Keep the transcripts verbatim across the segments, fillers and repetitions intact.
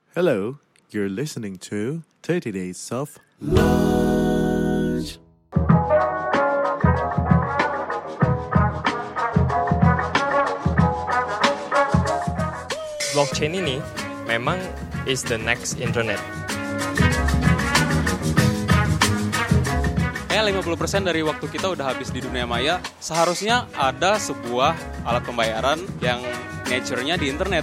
Hello, you're listening to thirty Days of Lunch. Blockchain ini memang is the next internet. Ya, lima puluh persen dari waktu kita udah habis di dunia maya. Seharusnya ada sebuah alat pembayaran yang nature-nya di internet.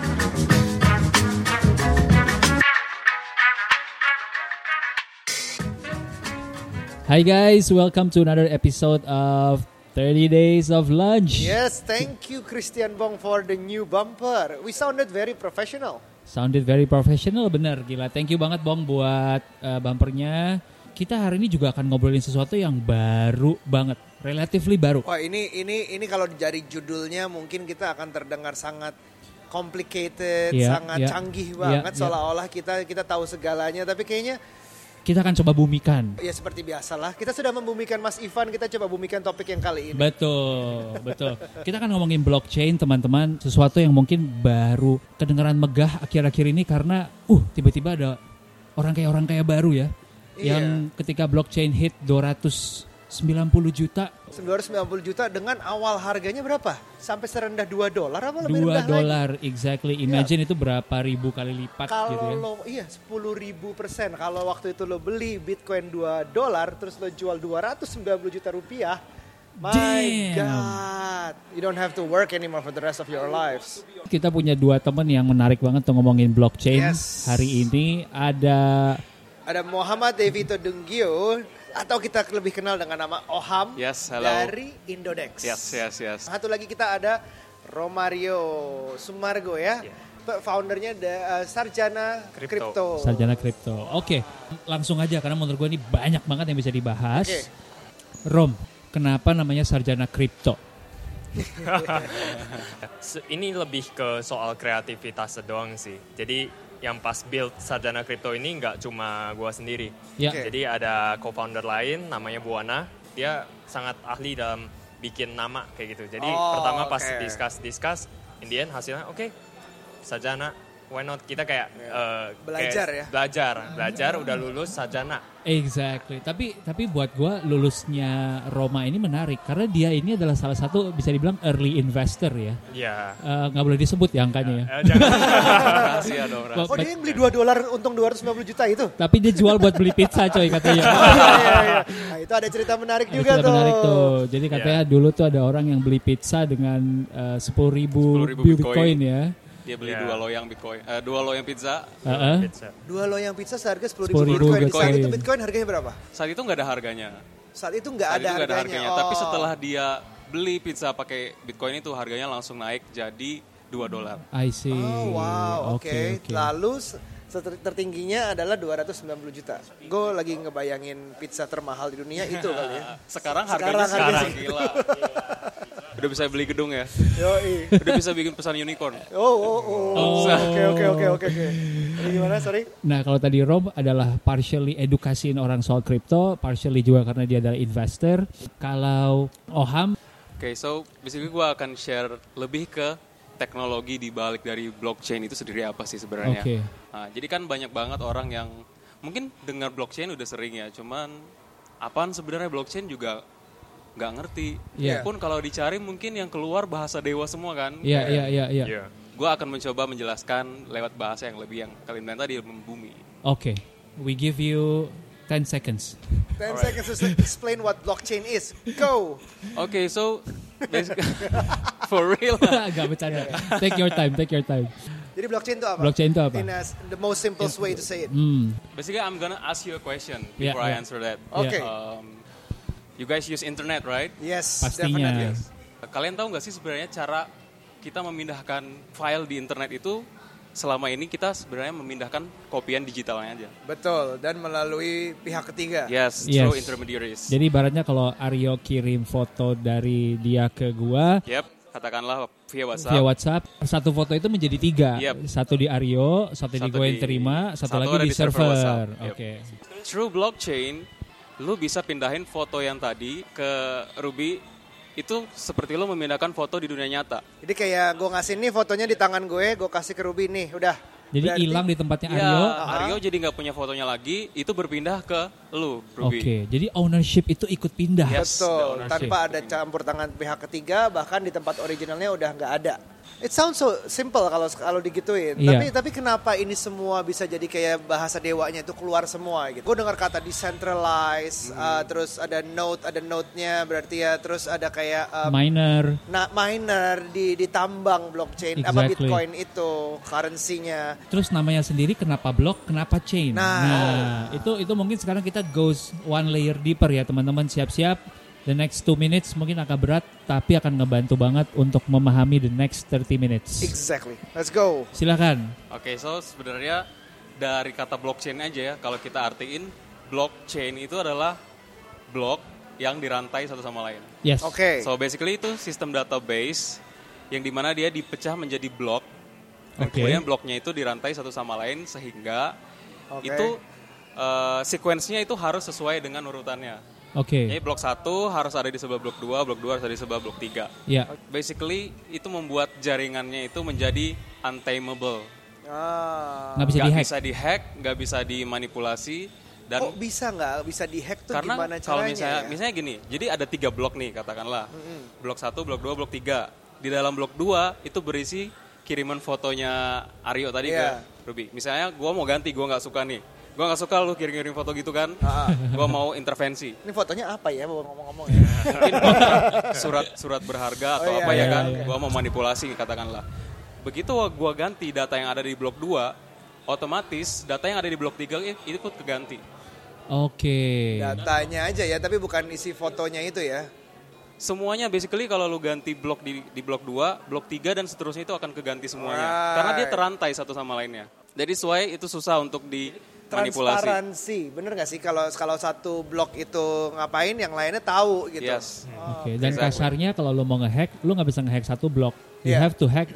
Hi guys, welcome to another episode of thirty Days of Lunch. Yes, thank you Christian Bong for the new bumper. We sounded very professional. Sounded very professional, bener, gila. Thank you banget Bong buat uh, bumpernya. Kita hari ini juga akan ngobrolin sesuatu yang baru banget, relatively baru. Wah, ini ini ini kalau dari judulnya mungkin kita akan terdengar sangat complicated, Yeah, sangat yeah, canggih yeah, banget, yeah. seolah-olah kita kita tahu segalanya, tapi kayaknya Kita akan coba bumikan. ya seperti biasalah. Kita sudah membumikan Mas Ivan, kita coba bumikan topik yang kali ini. Betul, betul. Kita akan ngomongin blockchain, teman-teman. Sesuatu yang mungkin baru kedengaran megah akhir-akhir ini karena uh tiba-tiba ada orang kayak orang kaya baru ya. Iya. Yang ketika blockchain hit dua ratus sembilan puluh juta. dua ratus sembilan puluh juta dengan awal harganya berapa? Sampai serendah dua dolar apa lebih dua rendah lagi? dolar, exactly. Imagine itu berapa ribu kali lipat Kalau gitu ya. lo, iya sepuluh ribu persen. Kalau waktu itu lo beli Bitcoin dua dolar, terus lo jual dua ratus sembilan puluh juta rupiah. My Damn. God. You don't have to work anymore for the rest of your lives. Kita punya dua teman yang menarik banget untuk ngomongin blockchain. Yes. Hari ini ada Ada Muhammad Devito Dunggio, atau kita lebih kenal dengan nama Oham, Yes, hello. dari Indodex. Yes, yes, yes. Satu lagi kita ada Romario Sumargo ya. Yeah. Foundernya da, uh, Sarjana Crypto. Crypto. Sarjana Kripto. Oke, langsung aja karena menurut gue ini banyak banget yang bisa dibahas. Oke. Rom, kenapa namanya Sarjana Kripto? Ini lebih ke soal kreativitas doang sih. Jadi yang pas build Sarjana Crypto ini nggak cuma gua sendiri. Ya. Oke. Jadi ada co-founder lain namanya Buana. Dia sangat ahli dalam bikin nama kayak gitu. Jadi Oh, pertama pas oke. discuss-discuss, in the end hasilnya oke, Sarjana, why not? Kita kayak eh, Belajar kayak ya? Belajar, belajar udah lulus Sarjana. Exactly. Tapi tapi buat gue lulusnya Roma ini menarik karena dia ini adalah salah satu bisa dibilang early investor ya. Iya. Eh, Nggak boleh disebut ya angkanya ya. Eh, jangan. Rahasia dong, rahasia. Oh, dia yang beli dua dolar untung dua ratus lima puluh juta itu? Tapi dia jual buat beli pizza coy katanya. Iya, iya, iya. Nah, itu ada cerita menarik Itu juga cerita tuh. menarik tuh. Jadi katanya dulu tuh ada orang yang beli pizza dengan uh, sepuluh ribu sepuluh ribu bitcoin. Bitcoin ya. Dia beli Yeah. dua loyang Bitcoin, eh, dua loyang pizza. Heeh. Pizza. Dua loyang pizza seharga sepuluh sepuluh ribu ribu Bitcoin. Saat Bitcoin. itu Bitcoin harganya berapa? Saat itu nggak ada harganya. Saat itu nggak Saat ada, itu nggak ada harganya. harganya. Tapi Oh. setelah dia beli pizza pakai Bitcoin itu harganya langsung naik jadi dua dolar. I see. Oh wow, oke. Oke, oke. Lalu se- ter- tertingginya adalah dua ratus sembilan puluh juta. Gue lagi ngebayangin pizza termahal di dunia itu kali ya. Sekarang harganya Sekarang sekarang, harganya gila. Udah bisa beli gedung ya. Yoi. Udah bisa bikin pesan unicorn. Oh, oh, oh. Oke, oke, oke, oke, oke. Ini gimana, sorry? Nah kalau tadi Rob adalah partially edukasiin orang soal crypto, partially juga karena dia adalah investor. Kalau Oham, Oke, okay, so basically gue akan share lebih ke teknologi di balik dari blockchain itu sendiri apa sih sebenarnya. Oke. Nah, jadi kan banyak banget orang yang mungkin dengar blockchain udah sering ya, cuman apaan sebenarnya blockchain juga nggak ngerti. Iya. Pun kalau dicari mungkin yang keluar bahasa dewa semua kan. iya iya iya iya. Iya. Gue akan mencoba menjelaskan lewat bahasa yang lebih yang kalian bilang tadi membumi. Oke, we give you ten seconds. ten seconds to explain what blockchain is. Go! Oke, okay, so basically for real. Gak bercanda. Take your time, take your time. Jadi blockchain itu apa? Blockchain itu apa? In a, the most simplest way to say it. Hmm. Basically, I'm gonna ask you a question Yeah, before I yeah. answer that. Oke. Um, you guys use internet, right? Yes, Pastinya. definitely. Yes. Kalian tahu nggak sih sebenarnya cara kita memindahkan file di internet itu selama ini kita sebenarnya memindahkan kopian digitalnya aja. Betul, dan melalui pihak ketiga. Yes, Yes. through intermediaries. Jadi ibaratnya kalau Aryo kirim foto dari dia ke gua Yep, katakanlah via WhatsApp. via WhatsApp, satu foto itu menjadi tiga. Yep. Satu di Aryo, satu, di Satu gue yang di- terima, satu, satu lagi ada di di server server. WhatsApp. Yep. Oke. Through blockchain, lu bisa pindahin foto yang tadi ke Ruby. Itu seperti lu memindahkan foto di dunia nyata. Jadi kayak gue ngasih nih fotonya di tangan gue, gue kasih ke Ruby nih, udah. Jadi Berarti- hilang di tempatnya Ya, Aryo. Aryo jadi nggak punya fotonya lagi, itu berpindah ke lu, Oke, Ruby. jadi ownership itu ikut pindah. Yes. the Betul, ownership. tanpa ada campur tangan pihak ketiga, bahkan di tempat originalnya udah nggak ada. It sounds so simple kalau kalau digituin. Iya. Tapi tapi kenapa ini semua bisa jadi kayak bahasa dewanya itu keluar semua gitu. Gue dengar kata decentralized, uh, terus ada node, ada node-nya berarti ya, terus ada kayak um, Miner. na- miner di ditambang blockchain apa Exactly. Bitcoin itu currency-nya. Terus namanya sendiri kenapa block, kenapa chain. Nah. itu itu mungkin sekarang kita goes one layer deeper ya teman-teman, siap-siap. The next two minutes mungkin agak berat, tapi akan ngebantu banget untuk memahami the next thirty minutes. Exactly. Let's go. Silakan. Oke, so sebenarnya dari kata blockchain aja ya, kalau kita artiin, blockchain itu adalah blok yang dirantai satu sama lain. Yes. Oke. So basically itu sistem database yang dimana dia dipecah menjadi blok. Dan Oke. kemudian bloknya itu dirantai satu sama lain sehingga Oke. itu uh, sequence-nya itu harus sesuai dengan urutannya. Oke. Jadi blok satu harus ada di sebelah blok dua, blok dua harus ada di sebelah blok tiga. Ya. Basically itu membuat jaringannya itu menjadi untamable. Ah. Nggak bisa Nggak dihack. bisa dihack, nggak bisa dimanipulasi. Dan Kok bisa nggak bisa dihack tuh karena gimana caranya? kalau misalnya, ya? misalnya gini, jadi ada tiga blok nih katakanlah. Blok satu, blok dua, blok tiga. Di dalam blok dua itu berisi kiriman fotonya Aryo tadi Iya. ke Ruby. Misalnya gue mau ganti, gue nggak suka nih. Gue gak suka lu kirim-kirim foto gitu kan. Ah, ah. Gue mau intervensi. Ini fotonya apa ya? Mau ngomong-ngomong ya. Mungkin kontrak surat-surat berharga atau Oh, iya, apa ya iya, kan. iya. Gue mau manipulasi katakanlah. Begitu gue ganti data yang ada di blok dua, otomatis data yang ada di blok tiga itu ikut keganti. Oke. Datanya aja ya, tapi bukan isi fotonya itu ya. Semuanya basically kalau lu ganti blok di, di blok dua, blok tiga dan seterusnya itu akan keganti semuanya. Right. Karena dia terantai satu sama lainnya. Jadi why itu susah untuk dimanipulasi. Transparansi, bener gak sih kalau kalau satu blok itu ngapain, yang lainnya tahu gitu. Yes. Oke, dan Exactly. kasarnya kalau lo mau ngehack, lo nggak bisa ngehack satu blok. You Yeah. have to hack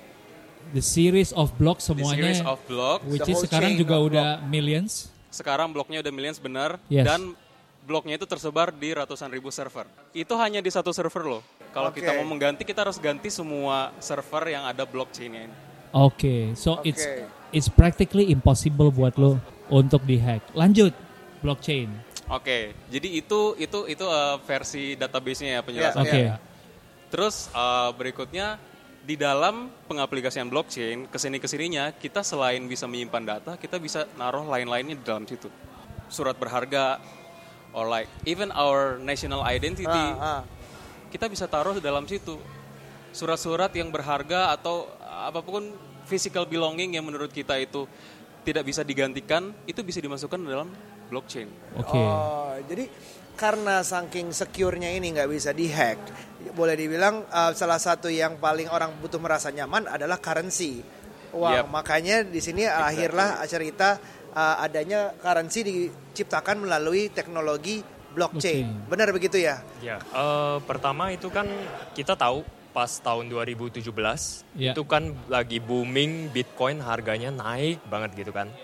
the series of blok The semuanya, series of block. which The is whole sekarang chain juga of udah millions. Sekarang bloknya udah millions benar. Yes. Dan bloknya itu tersebar di ratusan ribu server. Itu hanya di satu server loh. Kalau Oke. kita mau mengganti, kita harus ganti semua server yang ada blockchain-nya ini. Oke, so Oke. it's it's practically impossible buat lo untuk dihack. Lanjut, blockchain. Oke, jadi itu itu itu uh, versi database-nya ya penjelasannya. Oke. ya. Terus uh, berikutnya di dalam pengaplikasian blockchain kesini kesininya kita selain bisa menyimpan data, kita bisa naruh lain-lainnya di dalam situ. Surat berharga, or like even our national identity, Ah, ah. kita bisa taruh di dalam situ. Surat-surat yang berharga atau apapun physical belonging yang menurut kita itu tidak bisa digantikan, itu bisa dimasukkan dalam blockchain. Oke. Oh, jadi karena saking secure-nya ini nggak bisa dihack, boleh dibilang uh, salah satu yang paling orang butuh merasa nyaman adalah currency. Uang. Yep. Makanya di sini akhirlah cerita uh, adanya currency diciptakan melalui teknologi blockchain. Blockchain. Benar begitu ya? Ya, eh, pertama itu kan kita tahu pas tahun dua ribu tujuh belas Ya. itu kan lagi booming Bitcoin, harganya naik banget gitu kan.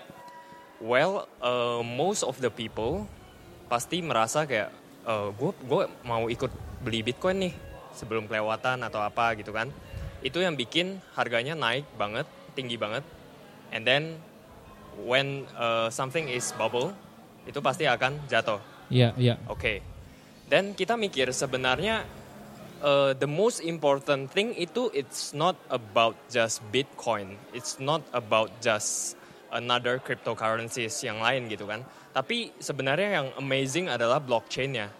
Well, eh, most of the people pasti merasa kayak gue gue mau ikut beli Bitcoin nih sebelum kelewatan atau apa gitu kan. Itu yang bikin harganya naik banget, tinggi banget. And then when eh, something is bubble, itu pasti akan jatuh. Iya, iya. Oke. Dan kita mikir sebenarnya uh, the most important thing itu it's not about just Bitcoin. It's not about just another cryptocurrencies yang lain gitu kan. Tapi sebenarnya yang amazing adalah blockchain-nya.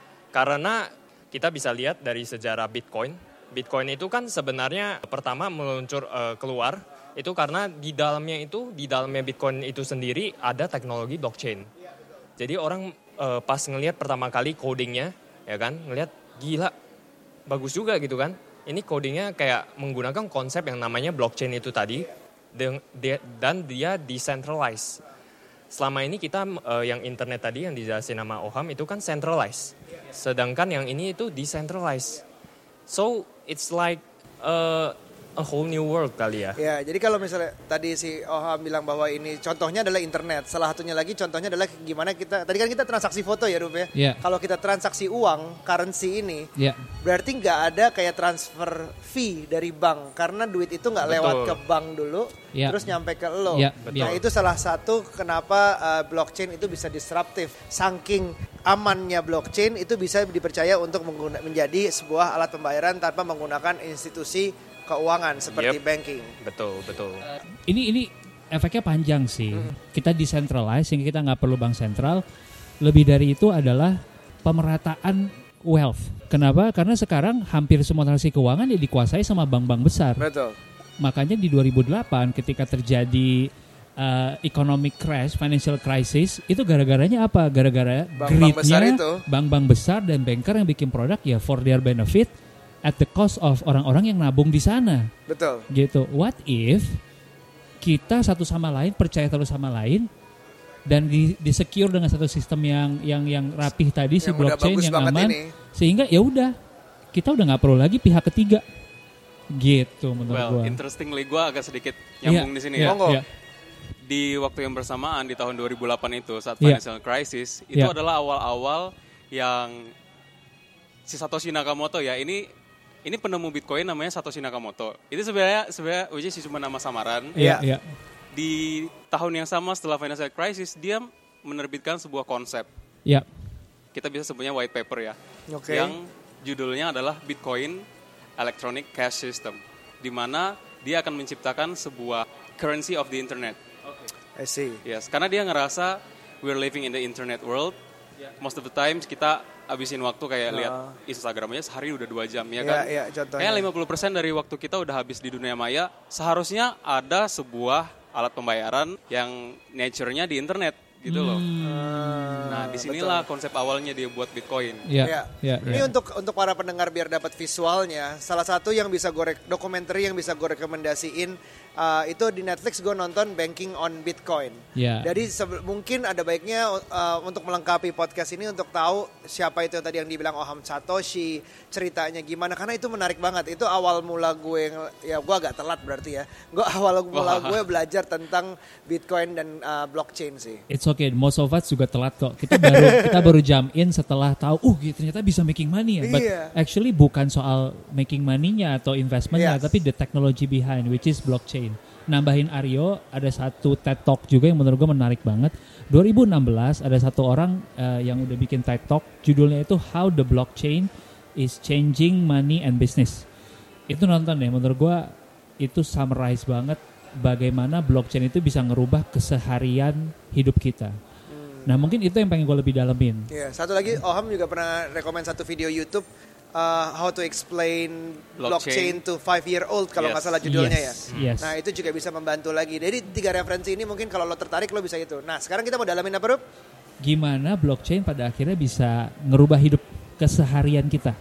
Karena kita bisa lihat dari sejarah Bitcoin. Bitcoin itu kan sebenarnya pertama meluncur uh, keluar itu karena di dalamnya itu di dalamnya Bitcoin itu sendiri ada teknologi blockchain. Jadi orang uh, pas ngelihat pertama kali codingnya, ya kan, ngelihat gila, bagus juga gitu kan. Ini codingnya kayak menggunakan konsep yang namanya blockchain itu tadi, dan dia, dan dia decentralized. Selama ini kita uh, yang internet tadi yang dijelasin nama Oham itu kan centralized, sedangkan yang ini itu decentralized. So it's like uh, a whole new world kali ya. Ya, jadi kalau misalnya tadi si Oham bilang bahwa ini contohnya adalah internet. Salah satunya lagi contohnya adalah gimana kita, tadi kan kita transaksi foto ya Rup ya. Yeah. Kalau kita transaksi uang, currency ini, Ya. berarti nggak ada kayak transfer fee dari bank. Karena duit itu nggak lewat Betul. ke bank dulu, Yeah. terus nyampe ke lo. Yeah, Nah yeah. itu salah satu kenapa uh, blockchain itu bisa disruptif. Saking amannya blockchain itu bisa dipercaya untuk mengguna, menjadi sebuah alat pembayaran tanpa menggunakan institusi keuangan seperti Yep. banking. Betul, betul. Ini ini efeknya panjang sih. Kita decentralize sehingga kita nggak perlu bank sentral. Lebih dari itu adalah pemerataan wealth. Kenapa? Karena sekarang hampir semua transaksi keuangan ya dikuasai sama bank-bank besar. Betul. Makanya di dua ribu delapan ketika terjadi uh, economic crash, financial crisis, itu gara-garanya apa? Gara-gara Bank-bank besar greednya itu. bank-bank besar dan banker yang bikin produk ya for their benefit at the cost of orang-orang yang nabung di sana. Betul. Gitu. What if kita satu sama lain percaya satu sama lain dan di, di secure dengan satu sistem yang yang yang rapih tadi si Yang udah blockchain bagus yang banget aman, ini. sehingga ya udah kita udah nggak perlu lagi pihak ketiga. Gitu menurut Well, gua. interestingly gue agak sedikit nyambung Iya, di sini iya, ya. Monggo. iya. Di waktu yang bersamaan di tahun dua ribu delapan itu saat Iya. financial crisis itu Iya. adalah awal-awal yang si Satoshi Nakamoto ya ini ini penemu Bitcoin namanya Satoshi Nakamoto. Itu sebenarnya sebenarnya which is cuma nama samaran. Iya, Iya. iya. Di tahun yang sama setelah financial crisis dia menerbitkan sebuah konsep. Iya. Kita bisa sebutnya white paper ya. Oke. Yang judulnya adalah Bitcoin Electronic Cash System, di mana dia akan menciptakan sebuah currency of the internet. I see. Yes, karena dia ngerasa we're living in the internet world. Most of the times kita abisin waktu kayak lihat Instagram aja sehari udah dua jam ya Iya, kan. iya, contohnya. Kayak lima puluh persen dari waktu kita udah habis di dunia maya. Seharusnya ada sebuah alat pembayaran yang nature-nya di internet gitu loh. Nah, disinilah konsep awalnya dia buat Bitcoin. Iya. Ya. Iya. Ini Iya. untuk untuk para pendengar biar dapat visualnya. Salah satu yang bisa gue rek- dokumenter yang bisa gue rekomendasiin uh, itu di Netflix gue nonton Banking on Bitcoin. Ya. Jadi sebe- mungkin ada baiknya uh, untuk melengkapi podcast ini untuk tahu siapa itu yang tadi yang dibilang Oham Satoshi, ceritanya gimana karena itu menarik banget. Itu awal mula gue ngel- ya gue agak telat berarti ya. Gue awal mula gue belajar tentang Bitcoin dan uh, blockchain sih. It's okay, most of us juga telat kok. Kita baru kita baru jump in setelah tahu, uh gitu, ternyata bisa making money ya. But Iya. actually bukan soal making money-nya atau investment-nya, Yes. tapi the technology behind, which is blockchain. Nambahin Aryo, ada satu TED Talk juga yang menurut gue menarik banget. dua ribu enam belas ada satu orang uh, yang udah bikin TED Talk, judulnya itu How the Blockchain is Changing Money and Business. Itu nonton deh, menurut gue itu summarize banget bagaimana blockchain itu bisa ngerubah keseharian hidup kita. Nah mungkin itu yang pengen gue lebih dalemin. Iya, satu lagi Oham juga pernah rekomend satu video YouTube uh, how to explain blockchain, Blockchain. to five year old kalau nggak Yes. salah judulnya Yes, ya. yes. Nah itu juga bisa membantu lagi. Jadi tiga referensi ini mungkin kalau lo tertarik lo bisa itu. Nah sekarang kita mau dalamin apa Rup? Gimana blockchain pada akhirnya bisa ngerubah hidup keseharian kita?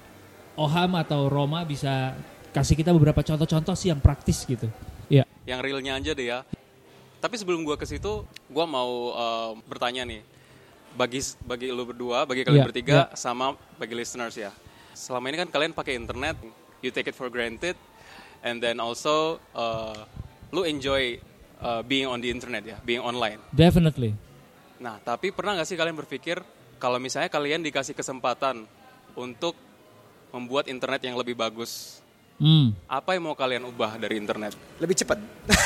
Oham atau Roma bisa kasih kita beberapa contoh-contoh sih yang praktis gitu. Iya. Yang realnya aja deh ya. Tapi sebelum gua ke situ, gua mau uh, bertanya nih. Bagi bagi lu berdua, bagi kalian Iya, bertiga, iya. sama bagi listeners ya. Selama ini kan kalian pakai internet, you take it for granted, and then also uh, lu enjoy uh, being on the internet ya, being online. Definitely. Nah, tapi pernah nggak sih kalian berpikir kalau misalnya kalian dikasih kesempatan untuk membuat internet yang lebih bagus, Hmm. apa yang mau kalian ubah dari internet? Lebih cepat.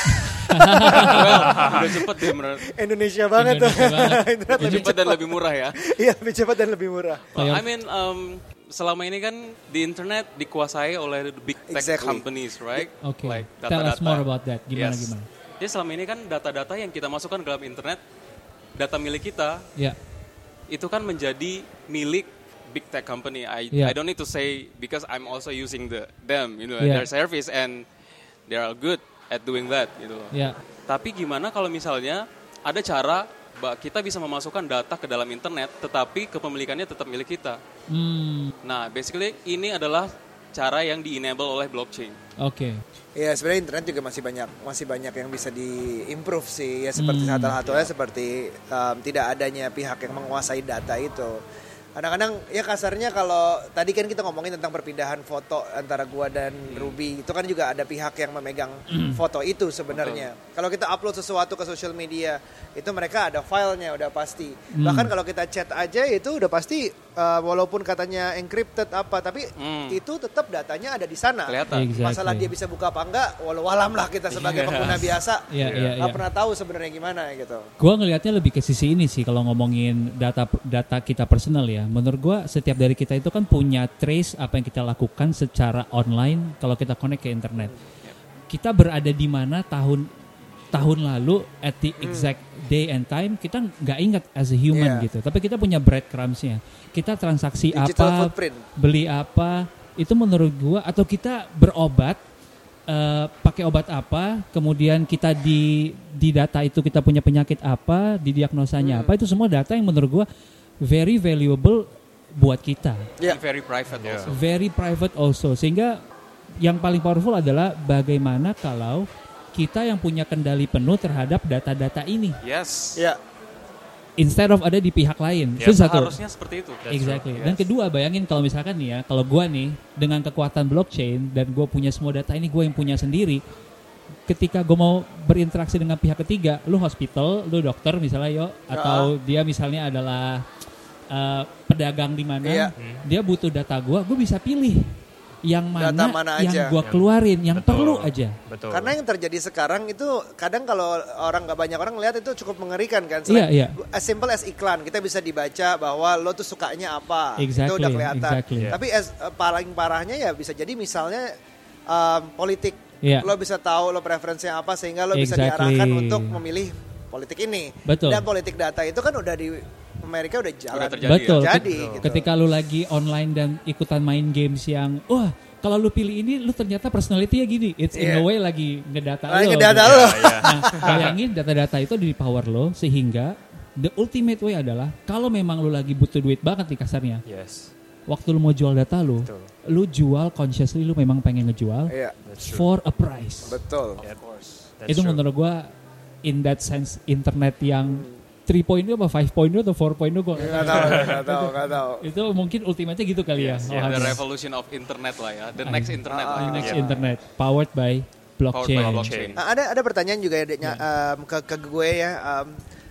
Well, udah cepet deh menurut. Indonesia banget tuh. Indonesia banget. Internet Lebih lebih cepat dan lebih murah ya. Iya lebih cepat dan lebih murah. Well, Kayak- I mean, um, selama ini kan di internet dikuasai oleh the big tech Exactly. companies, right? Oke. Like Tell us data-data. more about that. Gimana Yes. gimana? Jadi selama ini kan data-data yang kita masukkan ke dalam internet, data milik kita Ya. itu kan menjadi milik big tech company. I Yeah. I don't need to say because I'm also using the them, you know, Yeah. their service and they are good at doing that, gitu loh. Ya. Tapi gimana kalau misalnya ada cara ba- kita bisa memasukkan data ke dalam internet, tetapi kepemilikannya tetap milik kita. Hmm. Nah, basically ini adalah cara yang di-enable oleh blockchain. Oke. Ya sebenarnya internet juga masih banyak masih banyak yang bisa di-improve sih ya seperti Hmm. salah satunya seperti um, tidak adanya pihak yang menguasai data itu. Kadang-kadang ya kasarnya kalau tadi kan kita ngomongin tentang perpindahan foto antara gua dan hmm. Ruby, itu kan juga ada pihak yang memegang hmm. foto itu sebenarnya. Kalau kita upload sesuatu ke social media, itu mereka ada filenya udah pasti. Hmm. Bahkan kalau kita chat aja itu udah pasti uh, walaupun katanya encrypted apa, tapi hmm. itu tetap datanya ada di sana. Kelihatan. Exactly. Masalah dia bisa buka apa enggak, walau alam lah kita sebagai pengguna biasa yeah, yeah, nggak yeah. pernah tahu sebenarnya gimana gitu. Gua ngelihatnya lebih ke sisi ini sih kalau ngomongin data data kita personal ya. Menurut gua setiap dari kita itu kan punya trace apa yang kita lakukan secara online kalau kita connect ke internet. Kita berada di mana tahun tahun lalu at the exact day and time kita nggak ingat as a human Yeah. gitu. Tapi kita punya breadcrumbs-nya. Kita transaksi Digital apa, footprint. beli apa, itu menurut gua atau kita berobat uh, pakai obat apa, kemudian kita di di data itu kita punya penyakit apa, di diagnosanya Hmm. apa, itu semua data yang menurut gua very valuable buat kita. Yeah. Very private Yeah. also. Very private also. Sehingga yang paling powerful adalah bagaimana kalau kita yang punya kendali penuh terhadap data-data ini. Yes. Ya. Instead of ada di pihak lain. Ya, Itu satu. harusnya seperti itu. Exactly. true. Dan kedua, bayangin kalau misalkan nih ya, kalau gua nih dengan kekuatan blockchain dan gua punya semua data ini gua yang punya sendiri. Ketika gua mau berinteraksi dengan pihak ketiga, lu hospital, lu dokter misalnya yo, atau dia misalnya adalah uh, pedagang di mana, Iya. dia butuh data gua, gua bisa pilih yang mana, Data mana yang aja. gua keluarin, yang Betul. perlu aja. Betul. Karena yang terjadi sekarang itu kadang kalau orang nggak banyak orang lihat itu cukup mengerikan kan. Iya, iya. As simple as iklan, kita bisa dibaca bahwa lo tuh sukanya apa. Itu Exactly, udah kelihatan. exactly. Tapi as, uh, paling parahnya ya bisa jadi misalnya um, politik. Iya. Lo bisa tahu lo preferensinya apa sehingga lo bisa Exactly. diarahkan untuk memilih politik ini. Betul. Dan politik data itu kan udah di Amerika udah jalan. Udah terjadi. Betul. Jadi, Ket- gitu. Ketika lu lagi online dan ikutan main games yang, wah kalau lu pilih ini, lu ternyata personality-nya gini. It's in Iya. a way lagi ngedata Lagi lo. ngedata gitu. lo. Nah, bayangin data-data itu di power lo sehingga the ultimate way adalah kalau memang lu lagi butuh duit banget nih kasarnya. Yes. Waktu lu mau jual data lu, Betul. lu jual consciously, lu memang pengen ngejual Iya, That's true. for a price. betul. Yeah. Of course. That's Itu true. menurut gua in that sense internet yang three point oh apa five point oh atau four point oh gua nggak Nggak tahu. tahu, nggak tahu, nggak tahu. Itu mungkin ultimate-nya gitu kali Yes, ya. yeah, Oh, The ada. revolution of internet lah ya. The next internet lah. The ini. next Yeah. internet powered by blockchain. Powered by blockchain. Nah, ada ada pertanyaan juga ya, Deknya, um, ke ke gue ya. Um,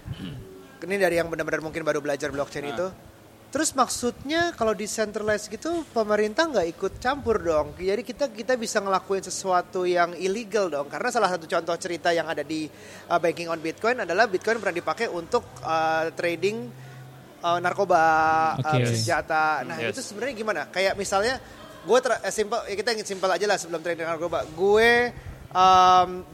ini dari yang benar-benar mungkin baru belajar blockchain Nah. itu. Terus maksudnya kalau decentralized gitu pemerintah nggak ikut campur dong. Jadi kita kita bisa ngelakuin sesuatu yang illegal dong. Karena salah satu contoh cerita yang ada di uh, banking on Bitcoin adalah Bitcoin pernah dipakai untuk uh, trading uh, narkoba, uh, Oke. senjata. Nah Yes. itu sebenarnya gimana? Kayak misalnya gue ter- eh, simple, ya kita ingin simpel aja lah sebelum trading narkoba. Gue um,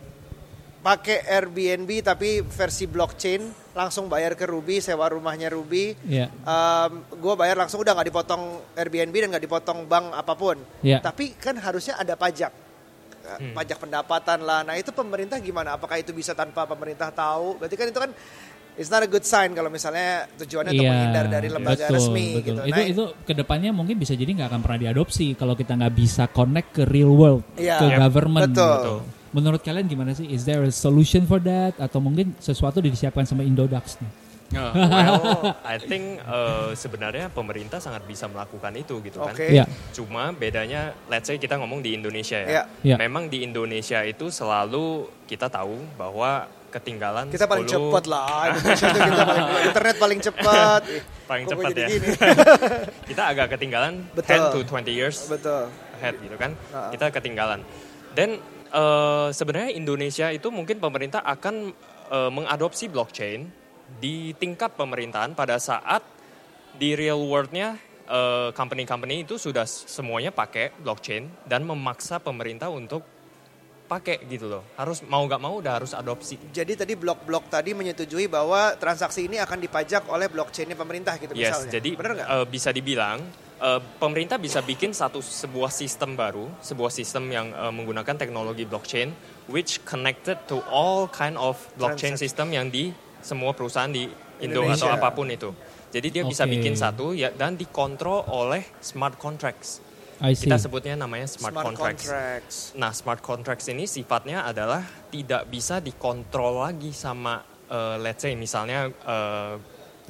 pakai Airbnb tapi versi blockchain, langsung bayar ke Ruby, sewa rumahnya Ruby. Iya. Um, gue bayar langsung, udah nggak dipotong Airbnb dan nggak dipotong bank apapun. Iya. Tapi kan harusnya ada pajak, Uh, pajak pendapatan lah. Nah itu pemerintah gimana? Apakah itu bisa tanpa pemerintah tahu? Berarti kan itu kan it's not a good sign kalau misalnya tujuannya untuk menghindar dari lembaga betul, resmi betul. gitu. Itu Nah, itu kedepannya mungkin bisa jadi nggak akan pernah diadopsi kalau kita nggak bisa connect ke real world, Iya, ke yep, government. betul. Gitu. Menurut kalian gimana sih? Is there a solution for that? Atau mungkin sesuatu disiapkan sama Indodax nih? Nah, Well, I think uh, sebenarnya pemerintah sangat bisa melakukan itu gitu kan. Oke. Iya. Cuma bedanya, let's say kita ngomong di Indonesia ya. Iya. Iya. Memang di Indonesia itu selalu kita tahu bahwa ketinggalan kita paling sepuluh cepat lah. Indonesia tuh kita paling internet paling cepat. Ih, Paling kok gue cepat jadi ya. gini? Kita agak ketinggalan Betul. ten to twenty years Betul. ahead gitu kan. Uh-uh. Kita ketinggalan. Dan uh, sebenarnya Indonesia itu mungkin pemerintah akan uh, mengadopsi blockchain di tingkat pemerintahan pada saat di real world-nya uh, company-company itu sudah semuanya pakai blockchain dan memaksa pemerintah untuk pakai gitu loh. Harus mau gak mau udah harus adopsi. Jadi tadi blok-blok tadi menyetujui bahwa transaksi ini akan dipajak oleh blockchain-nya pemerintah gitu Yes, misalnya. jadi Bener nggak? uh, bisa dibilang uh, pemerintah bisa bikin satu sebuah sistem baru, sebuah sistem yang uh, menggunakan teknologi blockchain, which connected to all kind of blockchain Transaksi. system yang di semua perusahaan di Indo Indonesia. atau apapun itu. Jadi dia bisa Oke. bikin satu ya dan dikontrol oleh smart contracts. I see. Kita sebutnya namanya smart, Smart contracts. contracts. Nah, smart contracts ini sifatnya adalah tidak bisa dikontrol lagi sama uh, let's say misalnya uh,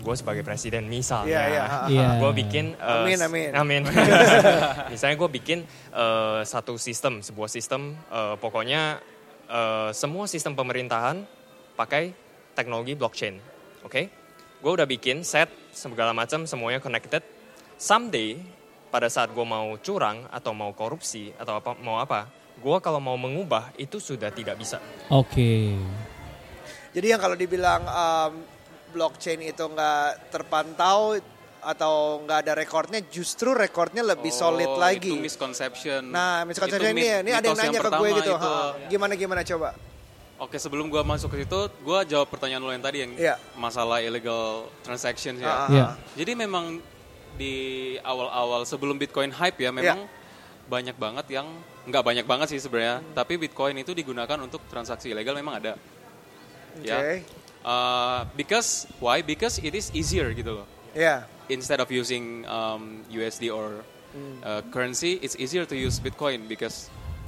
gue sebagai presiden misalnya, Iya, iya. Iya. gue bikin, uh, Amin, amin. amin. Misalnya gue bikin uh, satu sistem, sebuah sistem, uh, pokoknya uh, semua sistem pemerintahan pakai teknologi blockchain, oke? Okay? Gue udah bikin set segala macam, semuanya connected. Someday pada saat gue mau curang atau mau korupsi atau apa mau apa, gue kalau mau mengubah itu sudah tidak bisa. Oke. Okay. Jadi yang kalau dibilang um, blockchain itu nggak terpantau atau nggak ada rekornya, justru rekornya lebih Oh, solid lagi. Itu misconception. Nah, misconception Itu ini, mit- ini ada yang mitos nanya ke pertama gue gitu. itu. Ha, gimana gimana coba? Oke, sebelum gue masuk ke situ, gue jawab pertanyaan lo yang tadi yang Iya. masalah illegal transactions ya. Ah, ah, Iya. ah. Jadi memang di awal-awal sebelum Bitcoin hype ya, memang banyak banget yang nggak banyak banget sih sebenarnya. Tapi Bitcoin itu digunakan untuk transaksi ilegal memang ada. Oke. Ya. Uh, because why? Because it is easier gitu loh. Ya. Instead of using um, U S D or uh, currency, it's easier to use Bitcoin because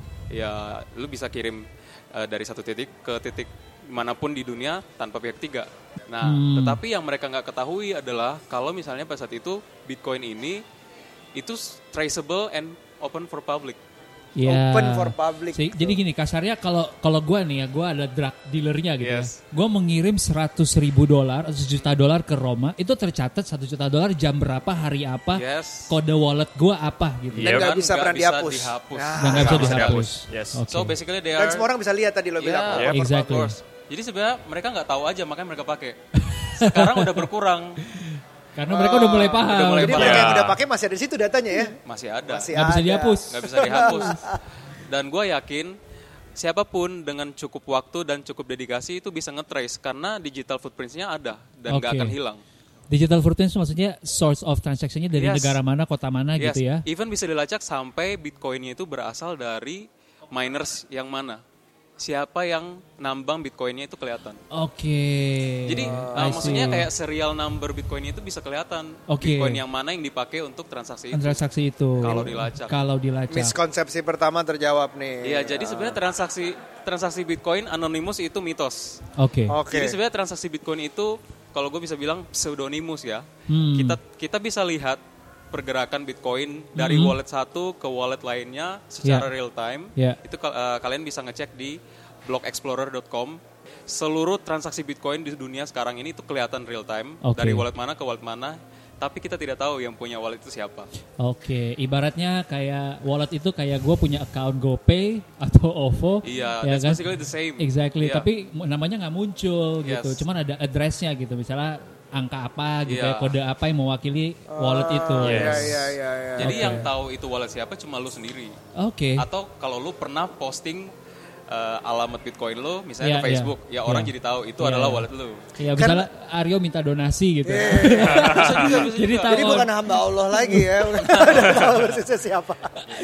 ya lu bisa kirim uh, dari satu titik ke titik manapun di dunia tanpa pihak ketiga. Nah, Hmm. tetapi yang mereka nggak ketahui adalah kalau misalnya pada saat itu Bitcoin ini itu traceable and open for public. Ya. Open for public. Si- Jadi gini kasarnya kalau kalau gue nih ya gue ada drug dealernya gitu Yes. ya. Gue mengirim seratus ribu dolar atau sejuta dolar ke Roma, itu tercatat satu juta dolar jam berapa, hari apa, Yes. kode wallet gue apa gitu. Dan Iya, nggak kan bisa nggak pernah bisa dihapus. dihapus. Ya. Dan nggak bisa Nggak bisa dihapus. dihapus. Yes. Oke. So basically they Dan are semua orang bisa lihat tadi lo Yeah, bilang. Yeah. of course, Exactly. of course. Jadi sebenarnya mereka nggak tahu aja makanya mereka pakai. Sekarang udah berkurang, Karena mereka udah mulai paham. udah mulai Jadi paham. mereka yang Ya. udah pakai masih ada di situ datanya ya. masih ada, Masih Nggak bisa ada. dihapus. nggak bisa dihapus. Dan gue yakin siapapun dengan cukup waktu dan cukup dedikasi itu bisa nge-trace karena digital footprints-nya ada dan nggak Oke. akan hilang. Digital footprint maksudnya source of transaction-nya dari Yes. negara mana, kota mana Yes, gitu ya. even bisa dilacak sampai Bitcoin-nya itu berasal dari miners yang mana. Siapa yang nambang Bitcoin-nya itu kelihatan. Oke. Jadi uh, I maksudnya see. kayak serial number Bitcoin itu bisa kelihatan. Oke. Bitcoin yang mana yang dipakai untuk transaksi itu. transaksi itu. Kalau dilacak. Kalau dilacak. Miskonsepsi pertama terjawab nih. Iya, jadi sebenarnya transaksi transaksi Bitcoin anonymous itu mitos. Oke. Oke. Jadi sebenarnya transaksi Bitcoin itu kalau gue bisa bilang pseudonymous ya. Hmm. Kita kita bisa lihat pergerakan Bitcoin dari Mhm. wallet satu ke wallet lainnya secara Ya. real time. Ya. Itu kal- eh, kalian bisa ngecek di block explorer dot com. Seluruh transaksi Bitcoin di dunia sekarang ini itu kelihatan real time Oke. dari wallet mana ke wallet mana. Tapi kita tidak tahu yang punya wallet itu siapa. Oke, ibaratnya kayak wallet itu kayak gue punya account GoPay atau OVO. Iya, ya that's kan? basically the same. Exactly, Iya. tapi mu- namanya nggak muncul gitu. Yes. Cuman ada addressnya gitu, misalnya angka apa gitu ya, Iya. kode apa yang mewakili wallet itu. Iya, Yes. iya, iya, iya. Jadi Oke. yang tahu itu wallet siapa cuma lu sendiri. Oke. Atau kalau lu pernah posting eh, alamat Bitcoin lu misalnya Iya, ke Facebook, iya. ya orang Iya. jadi tahu itu Iya. adalah wallet lu. Ya misalnya Aryo minta donasi gitu. Iya, Bisa juga, bisa Jadi juga. tahu. Jadi bukan hamba Allah lagi ya. Udah tahu persisnya siapa.